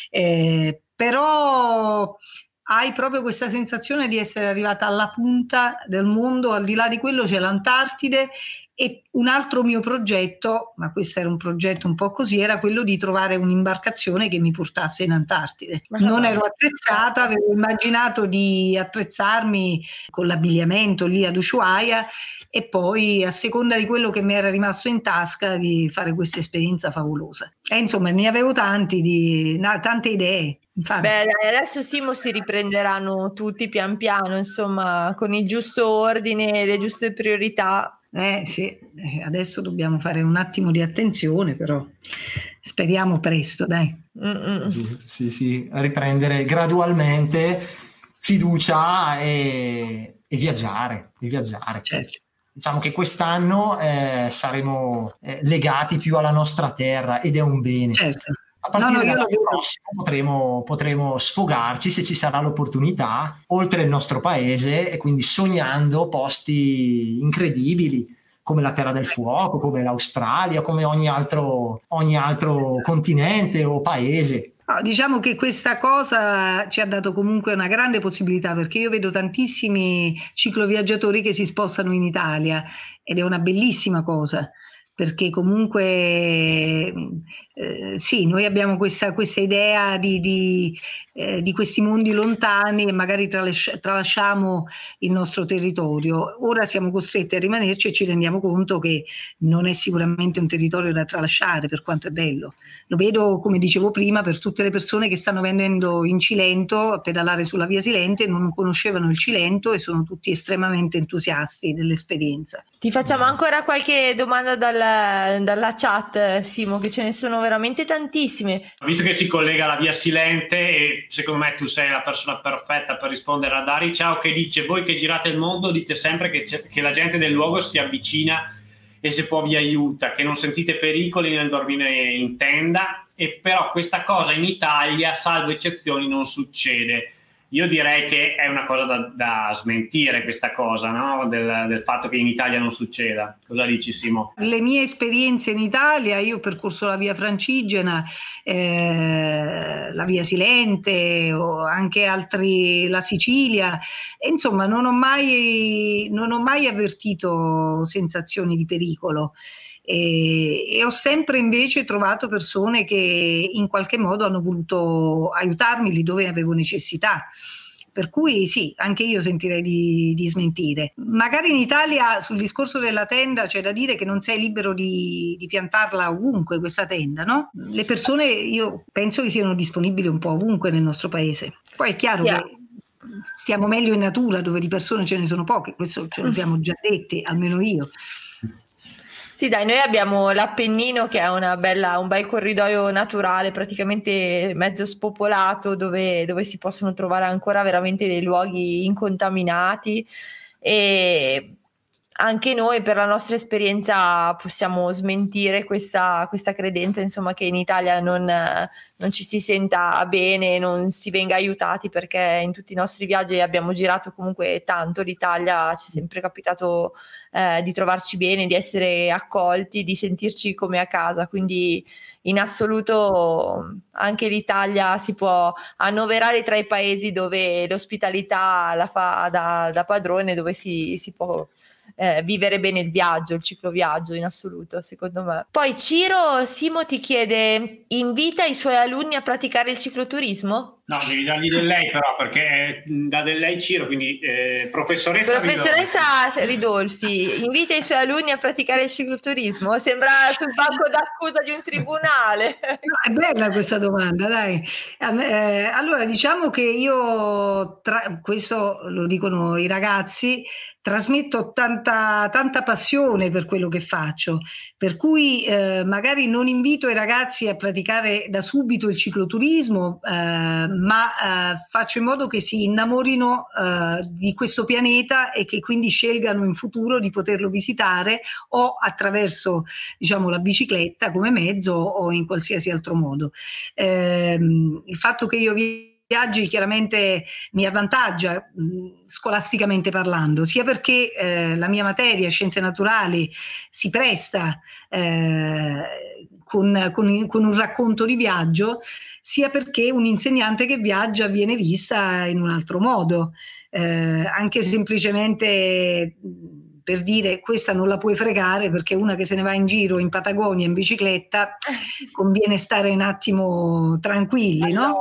Però hai proprio questa sensazione di essere arrivata alla punta del mondo, al di là di quello c'è l'Antartide. E un altro mio progetto, ma questo era un progetto un po' così, era quello di trovare un'imbarcazione che mi portasse in Antartide. Non ero attrezzata, avevo immaginato di attrezzarmi con l'abbigliamento lì ad Ushuaia, e poi, a seconda di quello che mi era rimasto in tasca, di fare questa esperienza favolosa. E insomma, ne avevo tante idee. Infatti. Beh, adesso Simo si riprenderanno tutti pian piano, insomma, con il giusto ordine, le giuste priorità. Sì, adesso dobbiamo fare un attimo di attenzione, però speriamo presto, dai. Sì, riprendere gradualmente, fiducia e viaggiare. Certo. Diciamo che quest'anno saremo legati più alla nostra terra, ed è un bene. Certo. A partire dall'anno prossimo potremo sfogarci, se ci sarà l'opportunità, oltre il nostro paese, e quindi sognando posti incredibili come la Terra del Fuoco, come l'Australia, come ogni altro continente o paese. No, diciamo che questa cosa ci ha dato comunque una grande possibilità, perché io vedo tantissimi cicloviaggiatori che si spostano in Italia, ed è una bellissima cosa, perché comunque sì, noi abbiamo questa idea di questi mondi lontani, e magari tralasciamo il nostro territorio. Ora siamo costretti a rimanerci e ci rendiamo conto che non è sicuramente un territorio da tralasciare, per quanto è bello. Lo vedo, come dicevo prima, per tutte le persone che stanno venendo in Cilento a pedalare sulla Via Silente, non conoscevano il Cilento e sono tutti estremamente entusiasti dell'esperienza. Ti facciamo ancora qualche domanda dalla chat, Simo, che ce ne sono veramente tantissime. Visto che si collega alla Via Silente, e secondo me tu sei la persona perfetta per rispondere a Dari Ciao, che dice: voi che girate il mondo dite sempre che la gente del luogo si avvicina e se può vi aiuta, che non sentite pericoli nel dormire in tenda, e però questa cosa in Italia, salvo eccezioni, non succede. Io direi che è una cosa da smentire, questa cosa, no? Del fatto che in Italia non succeda. Cosa dici, Simo? Le mie esperienze in Italia, io ho percorso la via Francigena, la via Silente, o anche altri, la Sicilia, e insomma non ho mai avvertito sensazioni di pericolo. E ho sempre invece trovato persone che in qualche modo hanno voluto aiutarmi lì dove avevo necessità. Per cui sì, anche io sentirei di smentire. Magari in Italia sul discorso della tenda c'è da dire che non sei libero di piantarla ovunque questa tenda, no? Le persone io penso che siano disponibili un po' ovunque nel nostro paese. Poi è chiaro che stiamo meglio in natura dove di persone ce ne sono poche, questo ce lo siamo già detti, almeno io. Sì, dai, noi abbiamo l'Appennino che è un bel corridoio naturale, praticamente mezzo spopolato, dove si possono trovare ancora veramente dei luoghi incontaminati, e anche noi per la nostra esperienza possiamo smentire questa credenza, insomma, che in Italia non ci si senta bene, non si venga aiutati, perché in tutti i nostri viaggi abbiamo girato comunque tanto l'Italia, ci è sempre capitato di trovarci bene, di essere accolti, di sentirci come a casa, quindi in assoluto anche l'Italia si può annoverare tra i paesi dove l'ospitalità la fa da padrone, dove si può vivere bene il viaggio, il cicloviaggio in assoluto, secondo me. Poi Simo ti chiede: invita i suoi alunni a praticare il cicloturismo? No, devi dargli del lei però, perché da del lei Ciro, quindi professoressa Ridolfi, invita i suoi alunni a praticare il cicloturismo? Sembra sul banco d'accusa di un tribunale. No, è bella questa domanda, dai. Allora, diciamo che io, questo lo dicono i ragazzi, trasmetto tanta passione per quello che faccio, per cui magari non invito i ragazzi a praticare da subito il cicloturismo, ma faccio in modo che si innamorino di questo pianeta e che quindi scelgano in futuro di poterlo visitare o attraverso, diciamo, la bicicletta come mezzo o in qualsiasi altro modo. Il fatto che io viaggi chiaramente mi avvantaggia scolasticamente parlando, sia perché la mia materia, scienze naturali, si presta con un racconto di viaggio, sia perché un insegnante che viaggia viene vista in un altro modo, anche semplicemente per dire questa non la puoi fregare, perché una che se ne va in giro in Patagonia in bicicletta conviene stare un attimo tranquilli, no?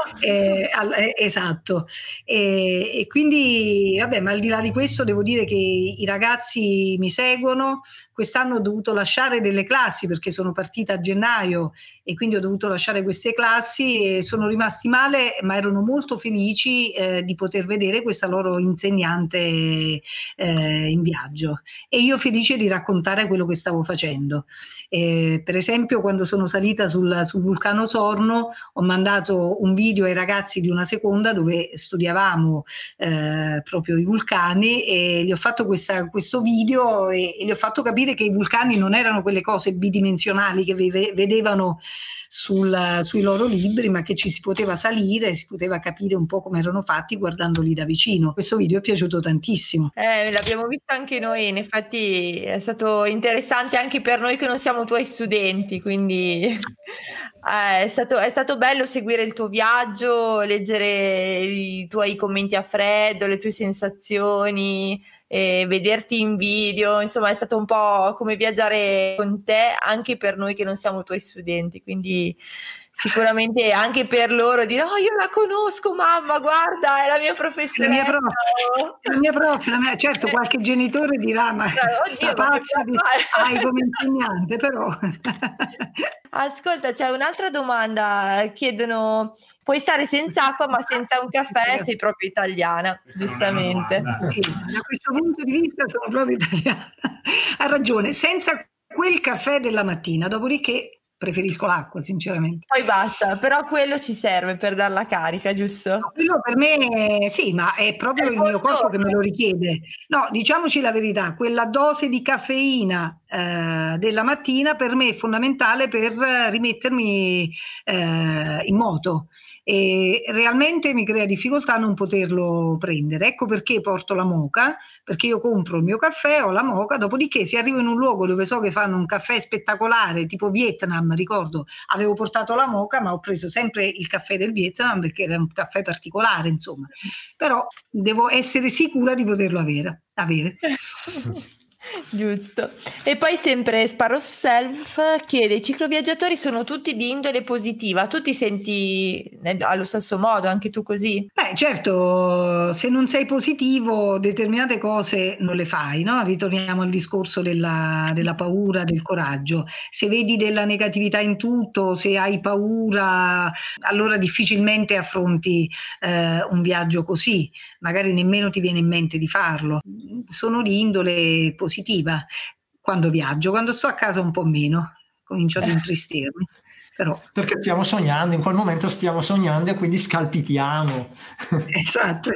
Esatto. E quindi, vabbè, ma al di là di questo devo dire che i ragazzi mi seguono. Quest'anno ho dovuto lasciare delle classi perché sono partita a gennaio e quindi ho dovuto lasciare queste classi e sono rimasti male, ma erano molto felici di poter vedere questa loro insegnante in viaggio, e io felice di raccontare quello che stavo facendo. Per esempio, quando sono salita sul vulcano Sorno, ho mandato un video ai ragazzi di una seconda dove studiavamo proprio i vulcani, e gli ho fatto questo video e gli ho fatto capire che i vulcani non erano quelle cose bidimensionali che vedevano sui loro libri, ma che ci si poteva salire, si poteva capire un po' come erano fatti guardandoli da vicino. Questo video è piaciuto tantissimo. L'abbiamo visto anche noi, in effetti è stato interessante anche per noi che non siamo tuoi studenti, quindi è stato bello seguire il tuo viaggio, leggere i tuoi commenti a freddo, le tue sensazioni, vederti in video, insomma è stato un po' come viaggiare con te anche per noi che non siamo tuoi studenti, quindi sicuramente anche per loro dire: oh, io la conosco, mamma, guarda, è la mia professoressa, la mia prof, certo qualche genitore dirà: ma sta pazza hai come insegnante, però. Ascolta, c'è un'altra domanda, chiedono: puoi stare senza acqua ma senza un caffè? Sei proprio italiana, giustamente. Sì, da questo punto di vista sono proprio italiana. Ha ragione, senza quel caffè della mattina, dopodiché preferisco l'acqua, sinceramente. Poi basta, però quello ci serve per dar la carica, giusto? No, quello per me sì, ma è proprio il mio corpo che me lo richiede. No, diciamoci la verità, quella dose di caffeina della mattina per me è fondamentale per rimettermi in moto. e realmente mi crea difficoltà non poterlo prendere. Ecco perché porto la moka, perché io compro il mio caffè, ho la moka, dopodiché se arrivo in un luogo dove so che fanno un caffè spettacolare, tipo Vietnam, ricordo, avevo portato la moka, ma ho preso sempre il caffè del Vietnam perché era un caffè particolare, insomma, però devo essere sicura di poterlo avere. Giusto. E poi sempre Spar of Self chiede: i cicloviaggiatori sono tutti di indole positiva, tu ti senti allo stesso modo, anche tu così? Beh, certo, se non sei positivo determinate cose non le fai, no? Ritorniamo al discorso della paura, del coraggio. Se vedi della negatività in tutto, se hai paura, allora difficilmente affronti un viaggio così, magari nemmeno ti viene in mente di farlo. Sono di indole positiva quando viaggio, quando sto a casa un po' meno, comincio ad intristirmi. Però. Perché stiamo sognando, in quel momento stiamo sognando e quindi scalpitiamo. Esatto.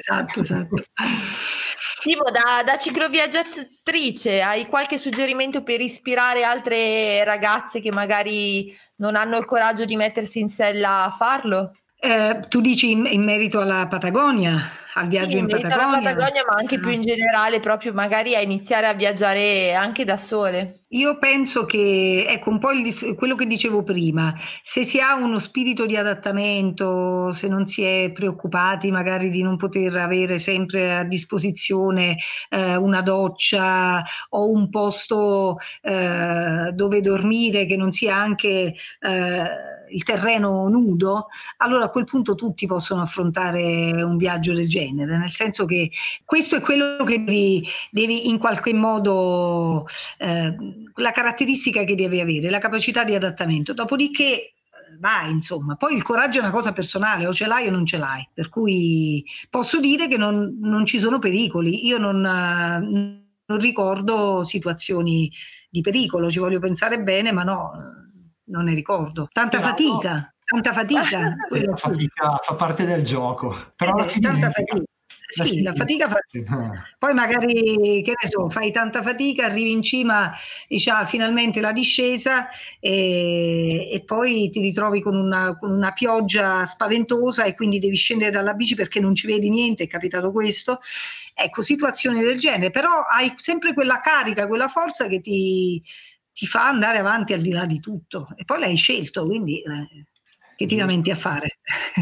Timo, da cicloviaggiatrice hai qualche suggerimento per ispirare altre ragazze che magari non hanno il coraggio di mettersi in sella a farlo? Tu dici in merito alla Patagonia, al viaggio in Patagonia? Alla Patagonia, ma anche più in generale, proprio magari a iniziare a viaggiare anche da sole. Io penso che, ecco, un po' quello che dicevo prima, se si ha uno spirito di adattamento, se non si è preoccupati magari di non poter avere sempre a disposizione una doccia o un posto dove dormire che non sia anche il terreno nudo, allora a quel punto tutti possono affrontare un viaggio del genere, nel senso che questo è quello che devi in qualche modo, la caratteristica che devi avere, la capacità di adattamento. Dopodiché vai, insomma. Poi il coraggio è una cosa personale, o ce l'hai o non ce l'hai, per cui posso dire che non ci sono pericoli. Io non ricordo situazioni di pericolo, ci voglio pensare bene, ma no, non ne ricordo. Tanta fatica. La fatica fa parte del gioco, però tanta fatica. Sì, la fatica fa. Poi magari, che ne so, fai tanta fatica, arrivi in cima, dici finalmente la discesa e poi ti ritrovi con una pioggia spaventosa e quindi devi scendere dalla bici perché non ci vedi niente, è capitato questo. Ecco, situazioni del genere, però hai sempre quella carica, quella forza che ti fa andare avanti al di là di tutto e poi l'hai scelto, quindi che ti lamenti a fare?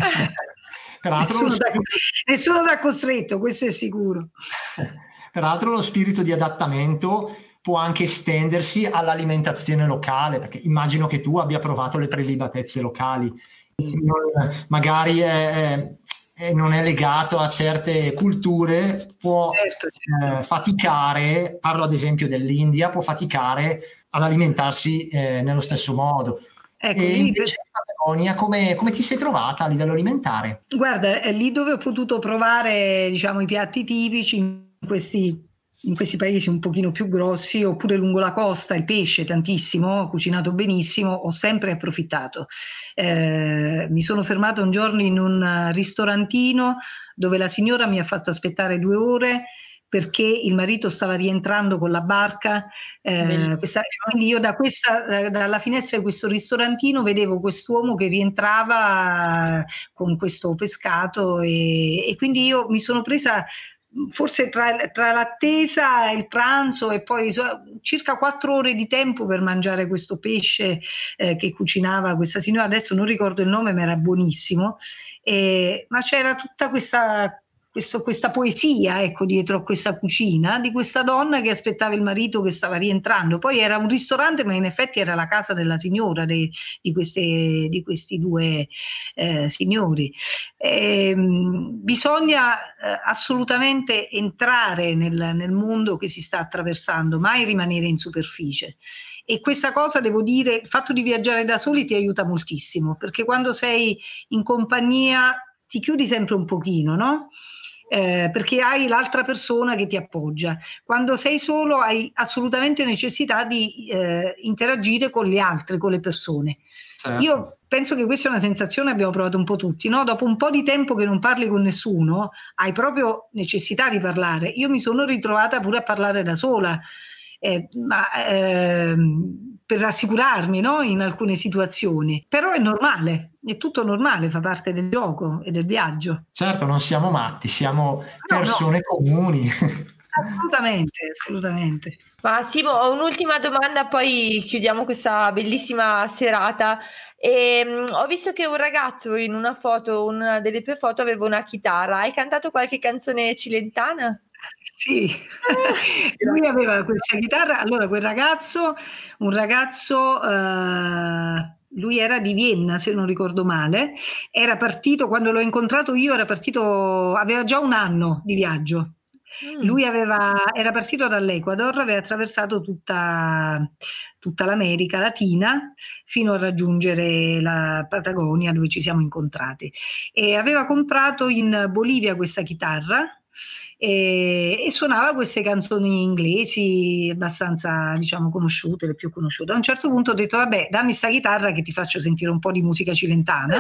Nessuno t'ha costretto, questo è sicuro. Peraltro lo spirito di adattamento può anche estendersi all'alimentazione locale, perché immagino che tu abbia provato le prelibatezze locali. Magari non è legato a certe culture, può faticare, parlo ad esempio dell'India, può faticare ad alimentarsi nello stesso modo. Ecco, e invece in Patagonia come ti sei trovata a livello alimentare? Guarda, è lì dove ho potuto provare, diciamo, i piatti tipici in questi paesi un pochino più grossi, oppure lungo la costa, il pesce tantissimo, cucinato benissimo, ho sempre approfittato. Mi sono fermata un giorno in un ristorantino dove la signora mi ha fatto aspettare 2 ore perché il marito stava rientrando con la barca, quindi io dalla finestra di questo ristorantino vedevo quest'uomo che rientrava con questo pescato e quindi io mi sono presa forse tra l'attesa e il pranzo e poi circa 4 ore di tempo per mangiare questo pesce che cucinava questa signora, adesso non ricordo il nome ma era buonissimo, ma c'era tutta questa poesia, ecco, dietro a questa cucina di questa donna che aspettava il marito che stava rientrando. Poi era un ristorante, ma in effetti era la casa della signora di questi 2 signori. Bisogna assolutamente entrare nel mondo che si sta attraversando, mai rimanere in superficie. E questa cosa, devo dire, il fatto di viaggiare da soli ti aiuta moltissimo, perché quando sei in compagnia ti chiudi sempre un pochino, no? Perché hai l'altra persona che ti appoggia. Quando sei solo hai assolutamente necessità di interagire con gli altri, con le persone. Certo. Io penso che questa è una sensazione che abbiamo provato un po' tutti, no? Dopo un po' di tempo che non parli con nessuno, hai proprio necessità di parlare. Io mi sono ritrovata pure a parlare da sola, per rassicurarmi, no? In alcune situazioni, però è normale, è tutto normale, fa parte del gioco e del viaggio. Certo, non siamo matti, siamo persone comuni. Assolutamente, assolutamente. Ma Simo, ho un'ultima domanda, poi chiudiamo questa bellissima serata. Ho visto che un ragazzo in una foto, una delle tue foto, aveva una chitarra. Hai cantato qualche canzone cilentana? Sì, lui aveva questa chitarra. Allora, quel ragazzo, lui era di Vienna, se non ricordo male, era partito, quando l'ho incontrato io, aveva già un anno di viaggio. Lui era partito dall'Ecuador, aveva attraversato tutta l'America Latina fino a raggiungere la Patagonia, dove ci siamo incontrati. E aveva comprato in Bolivia questa chitarra e suonava queste canzoni inglesi abbastanza, diciamo, conosciute, le più conosciute. A un certo punto ho detto: vabbè, dammi sta chitarra che ti faccio sentire un po' di musica cilentana.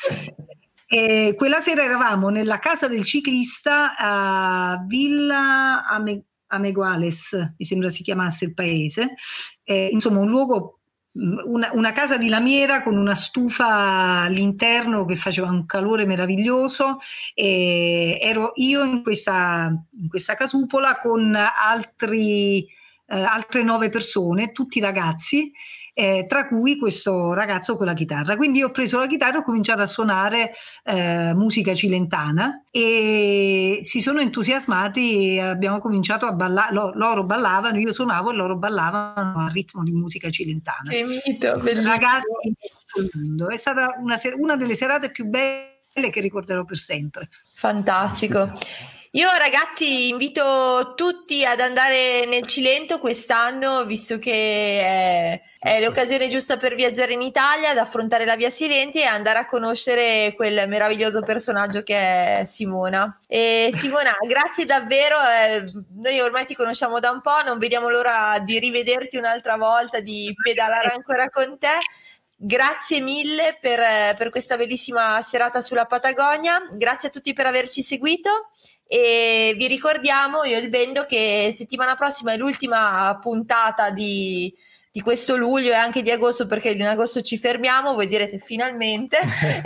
E quella sera eravamo nella casa del ciclista a Villa Ameguales, mi sembra si chiamasse il paese, insomma un luogo, una casa di lamiera con una stufa all'interno che faceva un calore meraviglioso, e ero io in questa casupola con altre 9 persone, tutti ragazzi, tra cui questo ragazzo con la chitarra. Quindi io ho preso la chitarra e ho cominciato a suonare musica cilentana, e si sono entusiasmati e abbiamo cominciato a ballare. Loro ballavano, io suonavo e loro ballavano al ritmo di musica cilentana. Che mito, bellissimo. Ragazzi in tutto il mondo. È stata una delle serate più belle che ricorderò per sempre. Fantastico. Io ragazzi invito tutti ad andare nel Cilento quest'anno, visto che è l'occasione giusta per viaggiare in Italia, ad affrontare la Via Silenti e andare a conoscere quel meraviglioso personaggio che è Simona. E Simona, grazie davvero, noi ormai ti conosciamo da un po', non vediamo l'ora di rivederti un'altra volta, di pedalare ancora con te. Grazie mille per questa bellissima serata sulla Patagonia, grazie a tutti per averci seguito. E vi ricordiamo, io e il Bendo, che settimana prossima è l'ultima puntata di questo luglio e anche di agosto, perché in agosto ci fermiamo, voi direte finalmente.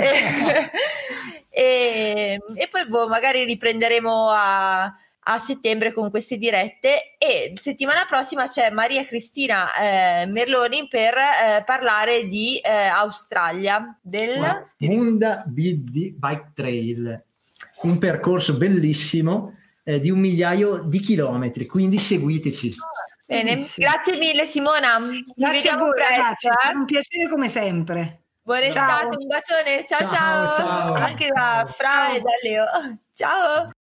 e poi magari riprenderemo a settembre con queste dirette, e settimana prossima c'è Maria Cristina Merloni per parlare di Australia, del Munda Biddi Bike Trail, un percorso bellissimo di 1 migliaio di chilometri, quindi seguiteci. Bene, grazie mille Simona, ci vediamo presto. Ragazzi, è un piacere come sempre. Buona estate, un bacione, ciao. Ciao. Anche da Fra e da Leo, ciao.